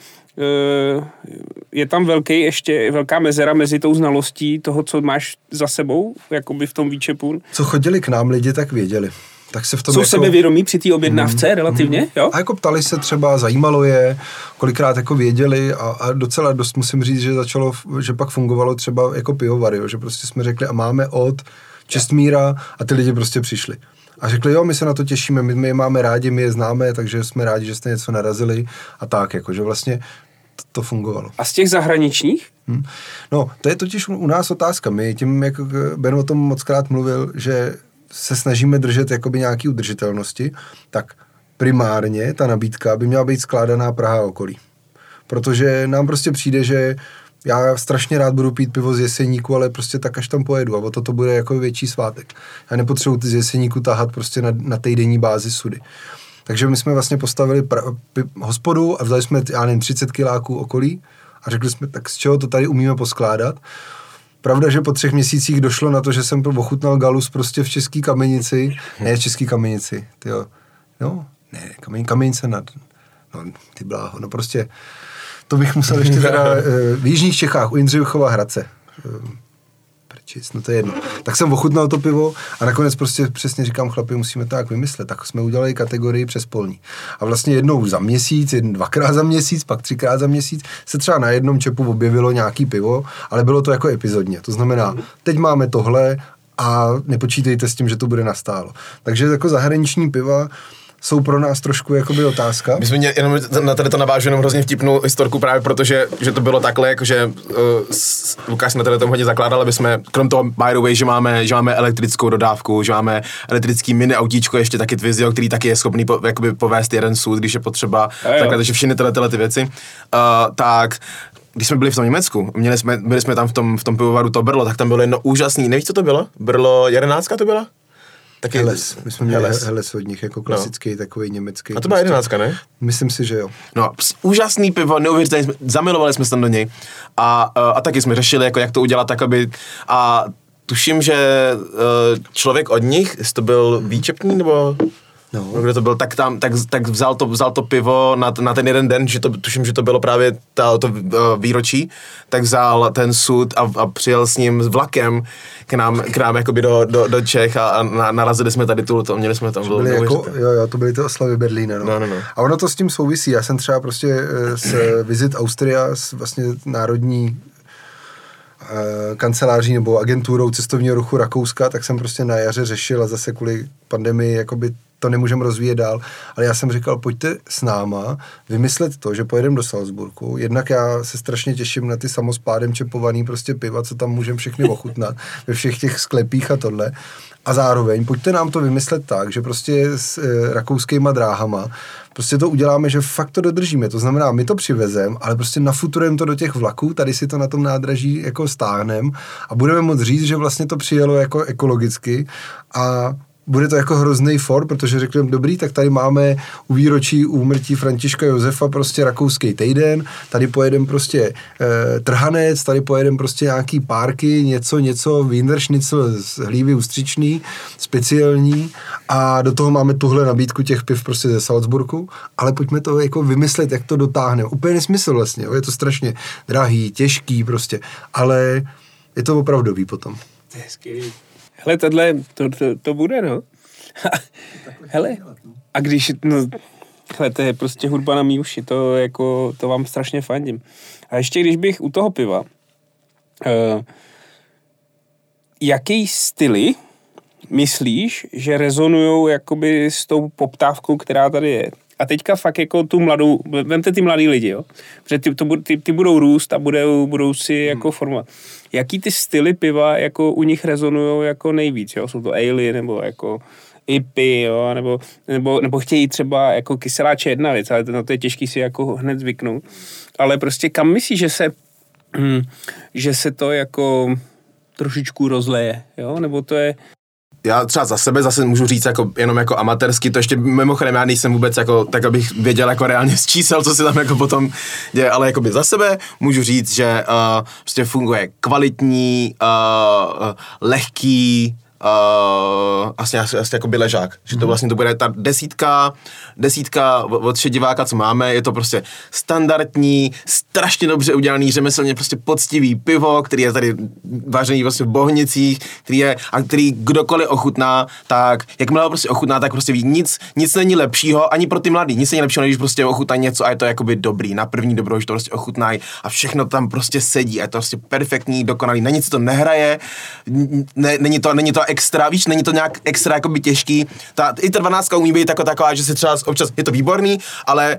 je tam velký ještě, velká mezera mezi tou znalostí toho, co máš za sebou, jakoby v tom výčepu. Co chodili k nám lidi, tak věděli. Tak se v tom jsou jako sebevědomí při té objednávce mm, relativně, mm. jo? A jako ptali se třeba, zajímalo je, kolikrát jako věděli a, a docela dost musím říct, že začalo, že pak fungovalo třeba jako pivovary, jo, že prostě jsme řekli a máme od Čestmíra a ty lidi prostě přišli. A řekli, jo, my se na to těšíme, my, my je máme rádi, my je známe, takže jsme rádi, že jste něco narazili a tak, jako, že vlastně to, to fungovalo. A z těch zahraničních? Hmm. No, to je totiž u nás otázka. My tím, jak Ben o tom mockrát mluvil, že se snažíme držet jakoby nějaký udržitelnosti, tak primárně ta nabídka by měla být skládaná Praha a okolí. Protože nám prostě přijde, že já strašně rád budu pít pivo z Jeseníku, ale prostě tak až tam pojedu a o to to bude jako větší svátek. Já nepotřebuji ty z Jeseníku tahat prostě na, na týdenní bázi sudy. Takže my jsme vlastně postavili pra, pi, hospodu a vzali jsme, já nevím, třicet kiláků okolí a řekli jsme, tak z čeho to tady umíme poskládat. Pravda, že po třech měsících došlo na to, že jsem ochutnal Galus prostě v České Kamenici, ne v České Kamenici, tyjo, no, ne, kamen, Kamenice nad, no, ty bláho, no prostě, to bych musel ještě teda v jižních Čechách, u Jindřichova Hradce, prčis, no to je jedno. Tak jsem ochutnal to pivo a nakonec prostě přesně říkám, chlapi, musíme to tak vymyslet, tak jsme udělali kategorii přespolní. A vlastně jednou za měsíc, jedn, dvakrát za měsíc, pak třikrát za měsíc se třeba na jednom čepu objevilo nějaký pivo, ale bylo to jako epizodně. To znamená, teď máme tohle a nepočítejte s tím, že to bude nastálo. Takže jako zahraniční piva jsou pro nás trošku jakoby otázka. My jsme měli, jenom na tady to navážu jenom hrozně vtipnou historku právě protože, že to bylo takhle, jakože uh, Lukáš na tady tom hodně zakládal, aby jsme, krom toho, by the way, že máme, že máme elektrickou dodávku, že máme elektrický mini autíčko, ještě taky Tvizio, který taky je schopný po, jakoby povést jeden sud, když je potřeba, takhle, takže všechny tyhle, tyhle ty věci, uh, tak když jsme byli v tom Německu, měli jsme, byli jsme tam v tom, v tom pivovaru to Brlo, tak tam bylo jedno úžasný, nevíš, co to bylo? Brlo jedenáctka to byla? Taky Helles. My jsme měli Helles, Helles od nich, jako klasický, no. Takový německý. A to byla jedenáctka, ne? Myslím si, že jo. No, úžasný pivo, neuvěřitelný, zamilovali jsme se tam do něj. A, a, a taky jsme řešili, jako, jak to udělat tak, aby... A tuším, že uh, člověk od nich, jestli to byl Výčepný, nebo... No. Kdo to byl, tak tam, tak, tak vzal, to, vzal to pivo na, na ten jeden den, že to, tuším, že to bylo právě ta, to výročí, tak vzal ten sud a, a přijel s ním s vlakem k nám, k nám jakoby do, do, do Čech a, a na, narazili jsme tady tu, to měli jsme tam. Byly jako, jo, jo, to byly ty oslavy Berlína, no. No, no, no. A ono to s tím souvisí, já jsem třeba prostě s Visit Austria, s vlastně národní kanceláří nebo agenturou cestovního ruchu Rakouska, tak jsem prostě na jaře řešil a zase kvůli pandemii jakoby to nemůžeme rozvíjet dál, ale já jsem říkal, pojďte s náma vymyslet to, že pojedeme do Salzburgu, jednak já se strašně těším na ty samospádem čepovaný prostě piva, co tam můžeme všechny ochutnat ve všech těch sklepích a tohle. A zároveň pojďte nám to vymyslet tak, že prostě s e, rakouskýma dráhama prostě to uděláme, že fakt to dodržíme. To znamená, my to přivezem, ale prostě nafuturujeme to do těch vlaků, tady si to na tom nádraží jako stáhnem a budeme moct říct, že vlastně to přijelo jako ekologicky a bude to jako hrozný for, protože řekneme, dobrý, tak tady máme u výročí úmrtí Františka Josefa prostě rakouský týden, tady pojedeme prostě e, trhanec, tady pojedeme prostě nějaký párky, něco, něco, Wienerschnitzel z hlívy ústřičný, speciální a do toho máme tuhle nabídku těch piv prostě ze Salzburgu, ale pojďme to jako vymyslet, jak to dotáhneme. Úplně nesmysl vlastně, jo? Je to strašně drahý, těžký prostě, ale je to opravdový potom. To je skvělý. Hele, tohle, to, to, to bude, no. Hele, a když, no, hele, to je prostě hudba na mý uši, to jako, to vám strašně fandím. A ještě když bych u toho piva, uh, jaký styly myslíš, že rezonujou jakoby s tou poptávkou, která tady je? A teďka fakt jako tu mladou, vemte ty mladý lidi, jo? Protože ty, to, ty, ty budou růst a budou, budou si jako formovat. Jaký ty styly piva jako u nich rezonujou jako nejvíc, jo? Jsou to ale nebo jako I P A, jo? Nebo, nebo, nebo chtějí třeba jako kyseláče jedna věc, ale to, to je těžký si jako hned zvyknout. Ale prostě kam myslíš, že se, hm, že se to jako trošičku rozleje, jo? Nebo to je... Já třeba za sebe zase můžu říct jako, jenom jako amatérsky, to ještě mimochodem já nejsem vůbec jako, tak abych věděl jako reálně z čísel, co se tam jako potom děje, ale jakoby za sebe můžu říct, že uh, prostě funguje kvalitní, uh, lehký, Uh, asi, asi, asi jako by ležák, že to vlastně to bude ta desítka, desítka od šediváka, co máme, je to prostě standardní, strašně dobře udělaný, řemeslně prostě poctivý pivo, který je tady vařený vlastně v Bohnicích, který je, a který kdokoliv ochutná, tak jakmile ho prostě ochutná, tak prostě ví, nic, nic není lepšího, ani pro ty mladý, nic není lepšího, když prostě ochutná něco a je to jakoby dobrý, na první dobro, že to prostě ochutnají a všechno tam prostě sedí a je to prostě perfektní, dokonalý, na nic to nehraje, ne, není to, není to extra, víš, není to nějak extra jakoby těžký. Ta, i ta dvanáctka umí být jako taková, že se třeba občas, je to výborný, ale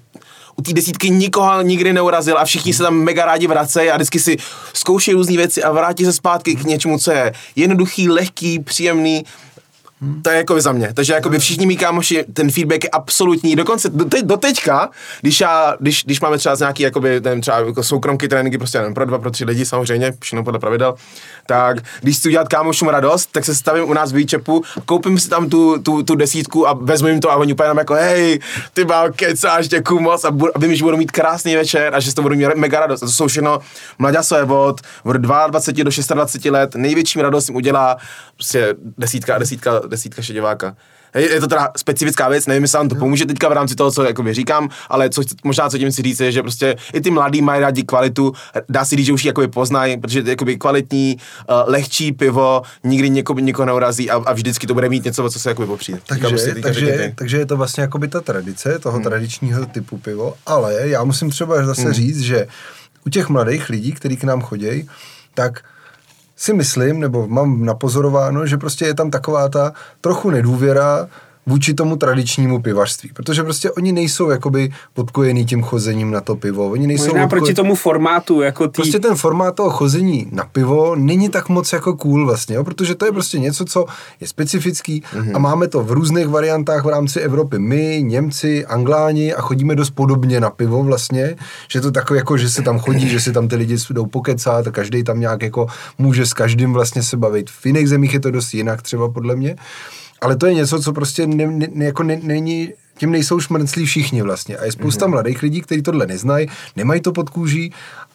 u té desítky nikoho nikdy neurazil a všichni se tam mega rádi vracejí a vždycky si zkoušejí různé věci a vrátí se zpátky k něčemu, co je jednoduchý, lehký, příjemný. Hmm. To je jako za mě. Takže jakoby všichni mý kámoši, ten feedback je absolutní. Dokonce do, te, do teďka, když, já, když, když máme třeba nějaký jakoby, nevím, třeba jako soukromky tréninky, prostě nevím, pro dva, pro tři lidi samozřejmě, všechno podle pravidel, tak když chci udělat kámošům radost, tak se stavím u nás v výčepu, koupím si tam tu, tu, tu desítku a vezmu jim to a oni úplně nám jako hej, ty bál, kecáš, děkuju moc a, budu, a vím, že budou mít krásný večer a že to budou mít mega radost. A to jsou všechno mlaďasové od, od dvacet dva do dvaceti šesti let, největší radost jim udělá prostě desítka, desítka, desítka šediváka. Je to teda specifická věc, nevím, jestli vám to pomůže teďka v rámci toho, co jakoby říkám, ale co, možná co tím si říct je, že prostě i ty mladí mají rádi kvalitu, dá se říct, že už ji jakoby poznají, protože jakoby kvalitní, uh, lehčí pivo nikdy někoho, někoho neurazí a, a vždycky to bude mít něco, co se jakoby popřijde. Takže, prostě, takže, takže je to vlastně jakoby ta tradice toho hmm. tradičního typu pivo, ale já musím třeba zase hmm. říct, že u těch mladých lidí, kteří k nám chodí, tak si myslím, nebo mám napozorováno, že prostě je tam taková ta trochu nedůvěra vůči tomu tradičnímu pivařství, protože prostě oni nejsou jakoby podkojený tím chozením na to pivo, oni nejsou možná odko... proti tomu formátu, jako tý... Prostě ten formát toho chození na pivo není tak moc jako cool vlastně, jo? Protože to je prostě něco, co je specifický mm-hmm. a máme to v různých variantách v rámci Evropy. My, Němci, Angláni a chodíme dost podobně na pivo vlastně, že to takové jako, že se tam chodí, že si tam ty lidi jdou pokecat a každý tam nějak jako může s každým vlastně se bavit. V jiných zemích je to dost jinak třeba podle mě. Ale to je něco, co prostě ne, ne, jako ne, není, tím nejsou šmrnclí všichni vlastně. A je spousta mm-hmm. mladých lidí, kteří tohle neznají, nemají to pod kůží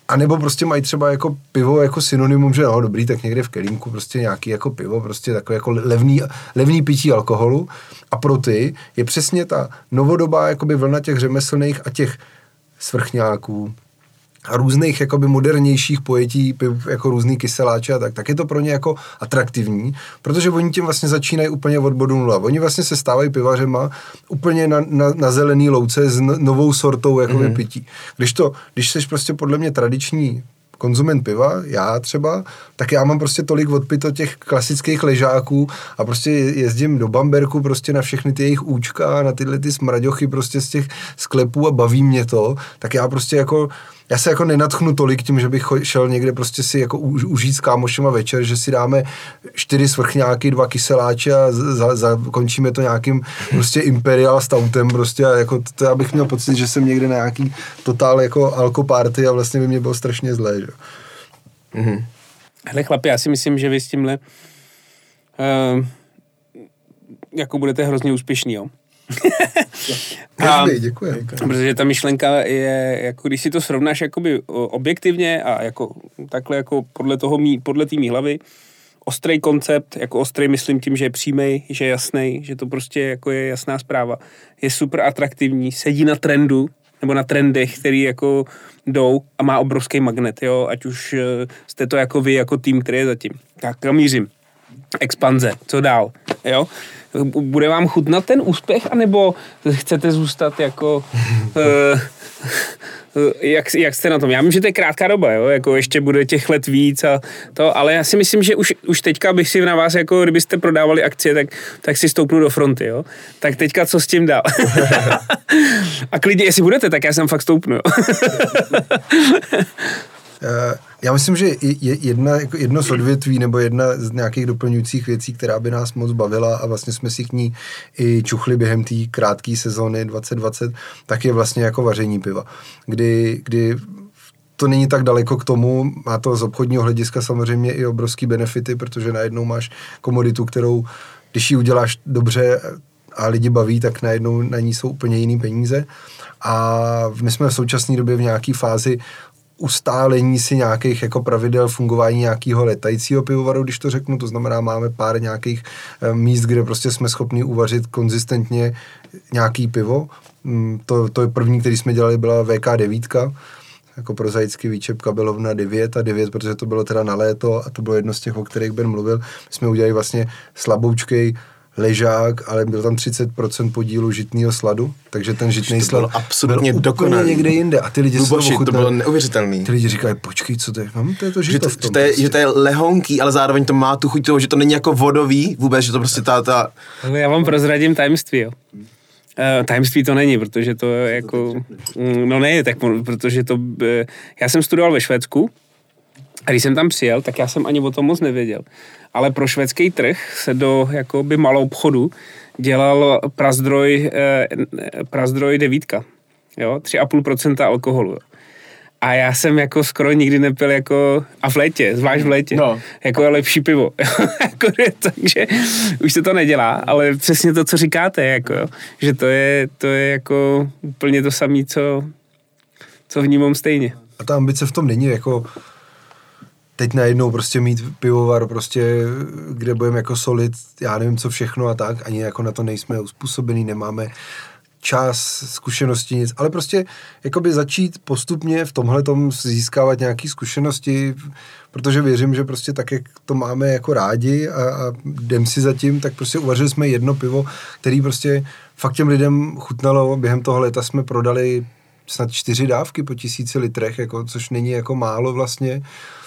A nebo prostě mají třeba jako pivo jako synonymum, že no dobrý, tak někde v kelímku prostě nějaký jako pivo, prostě takové jako levný, levný pití alkoholu. A pro ty je přesně ta novodobá jakoby vlna těch řemeslných a těch svrchňáků a různých jakoby modernějších pojetí, piv, jako různý kyseláče a tak, tak je to pro ně jako atraktivní, protože oni tím vlastně začínají úplně od bodu nula. Oni vlastně se stávají pivařema úplně na, na, na zelený louce s novou sortou jakoby mm-hmm. pití. Když to, když seš prostě podle mě tradiční konzument piva, já třeba, tak já mám prostě tolik odpito těch klasických ležáků a prostě jezdím do Bamberku prostě na všechny ty jejich účka, na tyhle ty smraďochy prostě z těch sklepů a baví mě to, tak já prostě jako já se jako nenadchnu tolik tím, že bych šel někde prostě si jako užít s kámošema večer, že si dáme čtyři svrchňáky, dva kyseláče a zakončíme to nějakým prostě imperial stoutem prostě a jako to, to já bych měl pocit, že jsem někde na nějaký totál jako alkoparty a vlastně by mě bylo strašně zlé, že? Mhm. Hele chlapi, já si myslím, že vy s tímhle uh, jako budete hrozně úspěšný, jo? A, děkuji. Protože ta myšlenka je, jako když si to srovnáš jakoby objektivně a jako takhle jako podle toho mý, podle té mý hlavy, ostrý koncept, jako ostrý myslím tím, že je přímej, že je jasný, že to prostě jako je jasná zpráva, je super atraktivní, sedí na trendu, nebo na trendech, který jako jdou a má obrovský magnet, jo, ať už jste to jako vy, jako tým, který je zatím. Tak mířím. Expanze, co dál, jo? Bude vám chutnat ten úspěch, anebo chcete zůstat jako... uh, jak, jak jste na tom? Já vím, že to je krátká doba, jo? Jako ještě bude těch let víc a to, ale já si myslím, že už, už teďka bych si na vás, jako kdybyste prodávali akcie, tak, tak si stoupnu do fronty, jo? Tak teďka co s tím dál? A klidně, jestli budete, tak já jsem fakt stoupnu, jo? Já myslím, že jedna, jedno z odvětví nebo jedna z nějakých doplňujících věcí, která by nás moc bavila a vlastně jsme si k ní i čuchli během té krátké sezóny dvacet dvacet, tak je vlastně jako vaření piva. Kdy, kdy to není tak daleko k tomu, má to z obchodního hlediska samozřejmě i obrovský benefity, protože najednou máš komoditu, kterou, když ji uděláš dobře a lidi baví, tak najednou na ní jsou úplně jiný peníze. A my jsme v současné době v nějaké fázi ustálení si nějakých jako pravidel fungování nějakého letajícího pivovaru, když to řeknu, to znamená, máme pár nějakých e, míst, kde prostě jsme schopni uvařit konzistentně nějaký pivo. Mm, to, to je první, který jsme dělali, byla V K devět, jako prozaický výčep kabelovna devět a devět, protože to bylo teda na léto a to bylo jedno z těch, o kterých Ben mluvil. My jsme udělali vlastně slaboučkej ležák, ale byl tam třicet procent podílu žitného sladu, takže ten žitný slad byl absolutně byl dokonalý. Úplně někde jinde a ty lidi Luboši, se to to bylo neuvěřitelný. Ty lidi říkají, počkej, co to je? No, to je to žito že to, v tom. Že to, je, prostě. že to je lehonký, ale zároveň to má tu chuť toho, že to není jako vodový vůbec, že to prostě ta... ta... Ale já vám prozradím tajemství, jo. Uh, tajemství to není, protože to jako... Mm, no ne, tak protože to... Uh, já jsem studoval ve Švédsku a když jsem tam přijel, tak já jsem ani o tom moc nevěděl. Ale pro švédský trh se do jakoby malou obchodu dělal prazdroj, eh, prazdroj devítka, jo, tři a půl procenta alkoholu. Jo. A já jsem jako skoro nikdy nepil jako, a v létě, zvlášť v létě, no. Jako lepší pivo. Jako, takže už se to nedělá, ale přesně to, co říkáte, jako, že to je, to je jako úplně to samé, co, co vnímám stejně. A ta ambice v tom není jako teď najednou prostě mít pivovar prostě, kde budeme jako solid, já nevím co všechno a tak, ani jako na to nejsme uspůsobený, nemáme čas, zkušenosti, nic, ale prostě jakoby začít postupně v tomhletom získávat nějaké zkušenosti, protože věřím, že prostě tak, jak to máme jako rádi a, a jdem si zatím, tak prostě uvařili jsme jedno pivo, který prostě fakt těm lidem chutnalo, během toho léta jsme prodali snad čtyři dávky po tisíci litrech, jako, což není jako málo vlastně.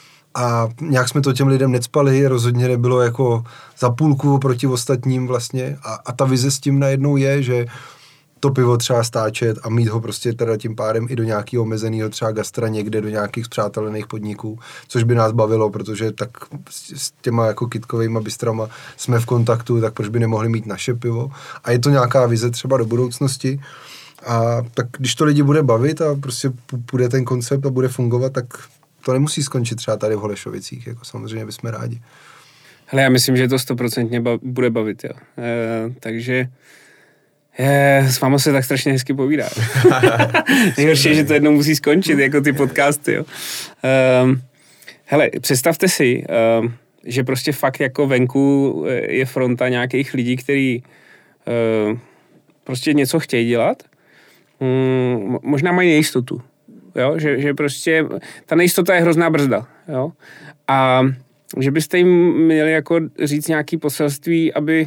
A nějak jsme to těm lidem necpali, rozhodně nebylo jako za půlku oproti ostatním vlastně. A, a ta vize s tím najednou je, že to pivo třeba stáčet a mít ho prostě teda tím pádem i do nějakého omezeného třeba gastra někde, do nějakých spřátelených podniků, což by nás bavilo, protože tak s těma jako kytkovejma bistrama jsme v kontaktu, tak proč by nemohli mít naše pivo. A je to nějaká vize třeba do budoucnosti. A tak když to lidi bude bavit a prostě půjde ten koncept a bude fungovat, tak to nemusí skončit třeba tady v Holešovicích, jako samozřejmě bychom rádi. Hele, já myslím, že to stoprocentně ba- bude bavit, jo. E, takže Je, s váma se tak strašně hezky povídá. Nejhorší je, že to jednou musí skončit, jako ty podcasty, jo. Um, hele, představte si, um, že prostě fakt jako venku je fronta nějakých lidí, kteří uh, prostě něco chtějí dělat. Um, možná mají nejistotu, jo, že, že prostě ta nejistota je hrozná brzda, jo. A že byste jim měli jako říct nějaký poselství, aby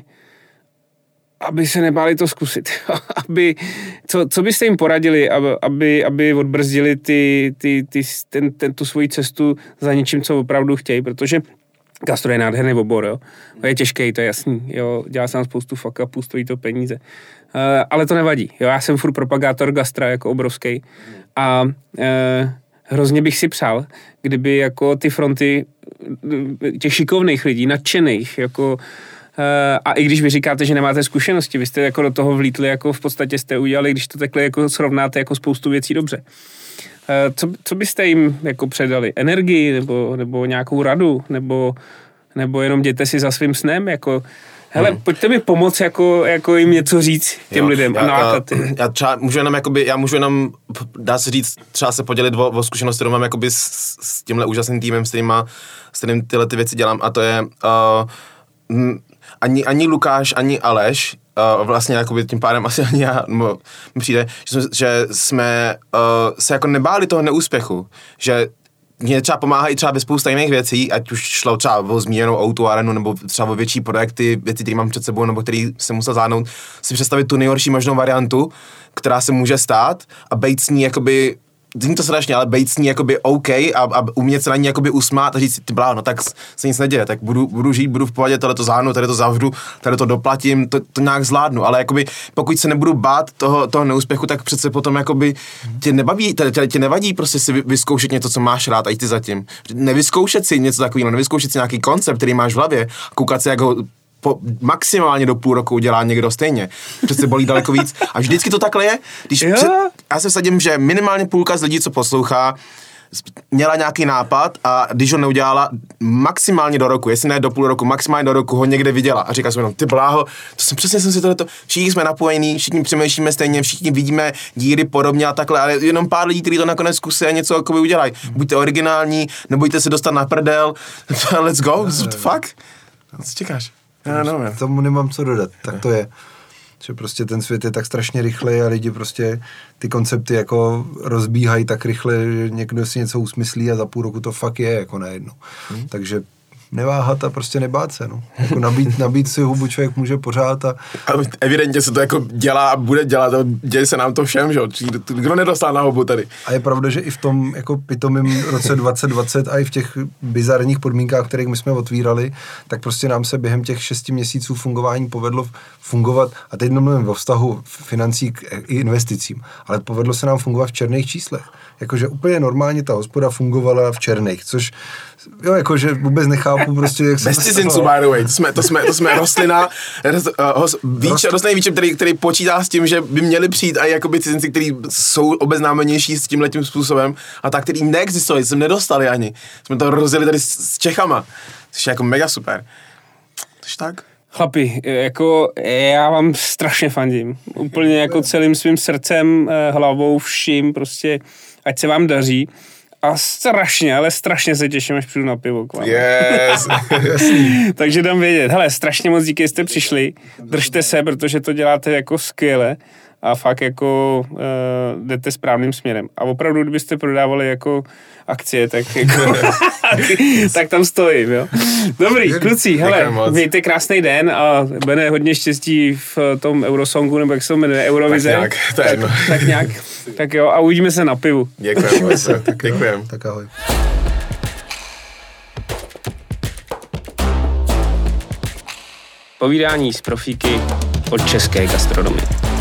aby se nebáli to zkusit. aby, co, co byste jim poradili, aby, aby odbrzdili ty, ty, ty, ten, ten, tu svoji cestu za něčím, co opravdu chtějí, protože gastro je nádherný obor, jo. Je těžký, to je jasný, jo. Dělá se nám spoustu fuck upů, stojí to peníze. Uh, ale to nevadí, jo. Já jsem furt propagátor gastra jako obrovský a uh, hrozně bych si přál, kdyby jako ty fronty těch šikovných lidí, nadšených, jako a i když vy říkáte, že nemáte zkušenosti, vy jste jako do toho vlítli, jako v podstatě jste udělali, když to takhle jako srovnáte, jako spoustu věcí dobře. Co, co byste jim jako předali? Energii nebo, nebo nějakou radu? Nebo, nebo jenom jděte si za svým snem? Jako, hele, hmm. pojďte mi pomoct, jako, jako jim něco říct těm jo, lidem. Já, já, já třeba můžu jenom, jakoby, já můžu jenom, dá se říct, třeba se podělit o, o zkušenosti, kterou mám jakoby s, s tímhle úžasným týmem, s kterýma, s kterým tyhle ty věci dělám, a to je uh, Ani, ani Lukáš, ani Aleš, uh, vlastně jakoby tím pádem asi ani já, no, mi přijde, že jsme, že jsme uh, se jako nebáli toho neúspěchu, že mě třeba pomáhají třeba ve spousta jiných věcí, ať už šlo třeba o zmíněnou Outu Arenu, nebo třeba o větší projekty, věci, které mám před sebou, nebo který se musel záhnout, si představit tu nejhorší možnou variantu, která se může stát a být s ní jakoby, zní to strašně, ale být s ní jakoby OK a, a umět se na ní jakoby usmát a říct si, ty blá, no tak se nic neděje, tak budu, budu žít, budu v pohodě, tohle to záhnu, tady to zavřu, tady to doplatím, to, to nějak zvládnu, ale jakoby pokud se nebudu bát toho, toho neúspěchu, tak přece potom jakoby tě nebaví, tě, tě nevadí prostě si vyzkoušet něco, co máš rád a jít ty zatím. Nevyzkoušet si něco takového, nevyzkoušet si nějaký koncept, který máš v hlavě, koukat se, jak ho po, maximálně do půl roku udělá někdo stejně. Přece bolí daleko víc. A vždycky to takhle je. Když před, já se vsadím, že minimálně půlka z lidí, co poslouchá, měla nějaký nápad a když ho neudělala maximálně do roku, jestli ne do půl roku, maximálně do roku ho někde viděla a říká si jenom, ty bláho, to jsem přesně jsem si tohleto, všichni jsme napojení, všichni přemýšlíme stejně, všichni vidíme díry podobně a takhle, ale jenom pár lidí, kteří to nakonec zkusí a něco jakoby udělají. Buďte originální, nebojte se dostat na prdel, let's go, what the fuck? Co čekáš? Já nevím. Tomu nemám co dodat, tak to je. Že prostě ten svět je tak strašně rychlej a lidi prostě ty koncepty jako rozbíhají tak rychle, že někdo si něco usmyslí a za půl roku to fakt je jako najednou. Hmm. Takže neváhat a prostě nebát se, no. Jako nabít, nabít si hubu člověk může pořád a... a... Evidentně se to jako dělá a bude dělat a děje se nám to všem, že jo? Kdo nedostal na hubu tady? A je pravda, že i v tom jako pitomým roce dvacet dvacet a i v těch bizarních podmínkách, kterých my jsme otvírali, tak prostě nám se během těch šesti měsíců fungování povedlo fungovat, a teď nemluvím o vztahu financí k investicím, ale povedlo se nám fungovat v černých číslech. Jakože úplně normálně ta hospoda fungovala v černých, což jo, jakože vůbec nechápu prostě, jak se... Bez cizinců, by the way, to jsme, to jsme, to jsme rostlina, uh, víč, rostlinný výčep, který, který počítá s tím, že by měli přijít i jakoby cizinci, kteří jsou obeznámenější s tímhletím způsobem a tak, který neexistovali, jsem nedostali ani. Jsme to rozjeli tady s, s Čechama, což je jako mega super. Tož tak? Chlapi, jako já vám strašně fandím. Úplně jako celým svým srdcem, hlavou, vším, prostě ať se vám daří. A strašně, ale strašně se těším, až přijdu na pivo k vám. Yes. Takže dám vědět. Hele, strašně moc díky, že jste přišli. Držte se, protože to děláte jako skvěle. A fakt jako uh, jdete správným směrem. A opravdu, kdybyste prodávali jako akcie, tak jako, tak tam stojím, jo. Dobrý, kluci, hele, mějte krásný den a Bene, hodně štěstí v tom Eurosongu, nebo jak se to jmenuje, Eurovize. Tak nějak, to je jedno. Tak, tak nějak, tak jo, a uvidíme se na pivu. Děkujeme. Děkujeme. Tak ahoj. Povídání z profíky od české gastronomie.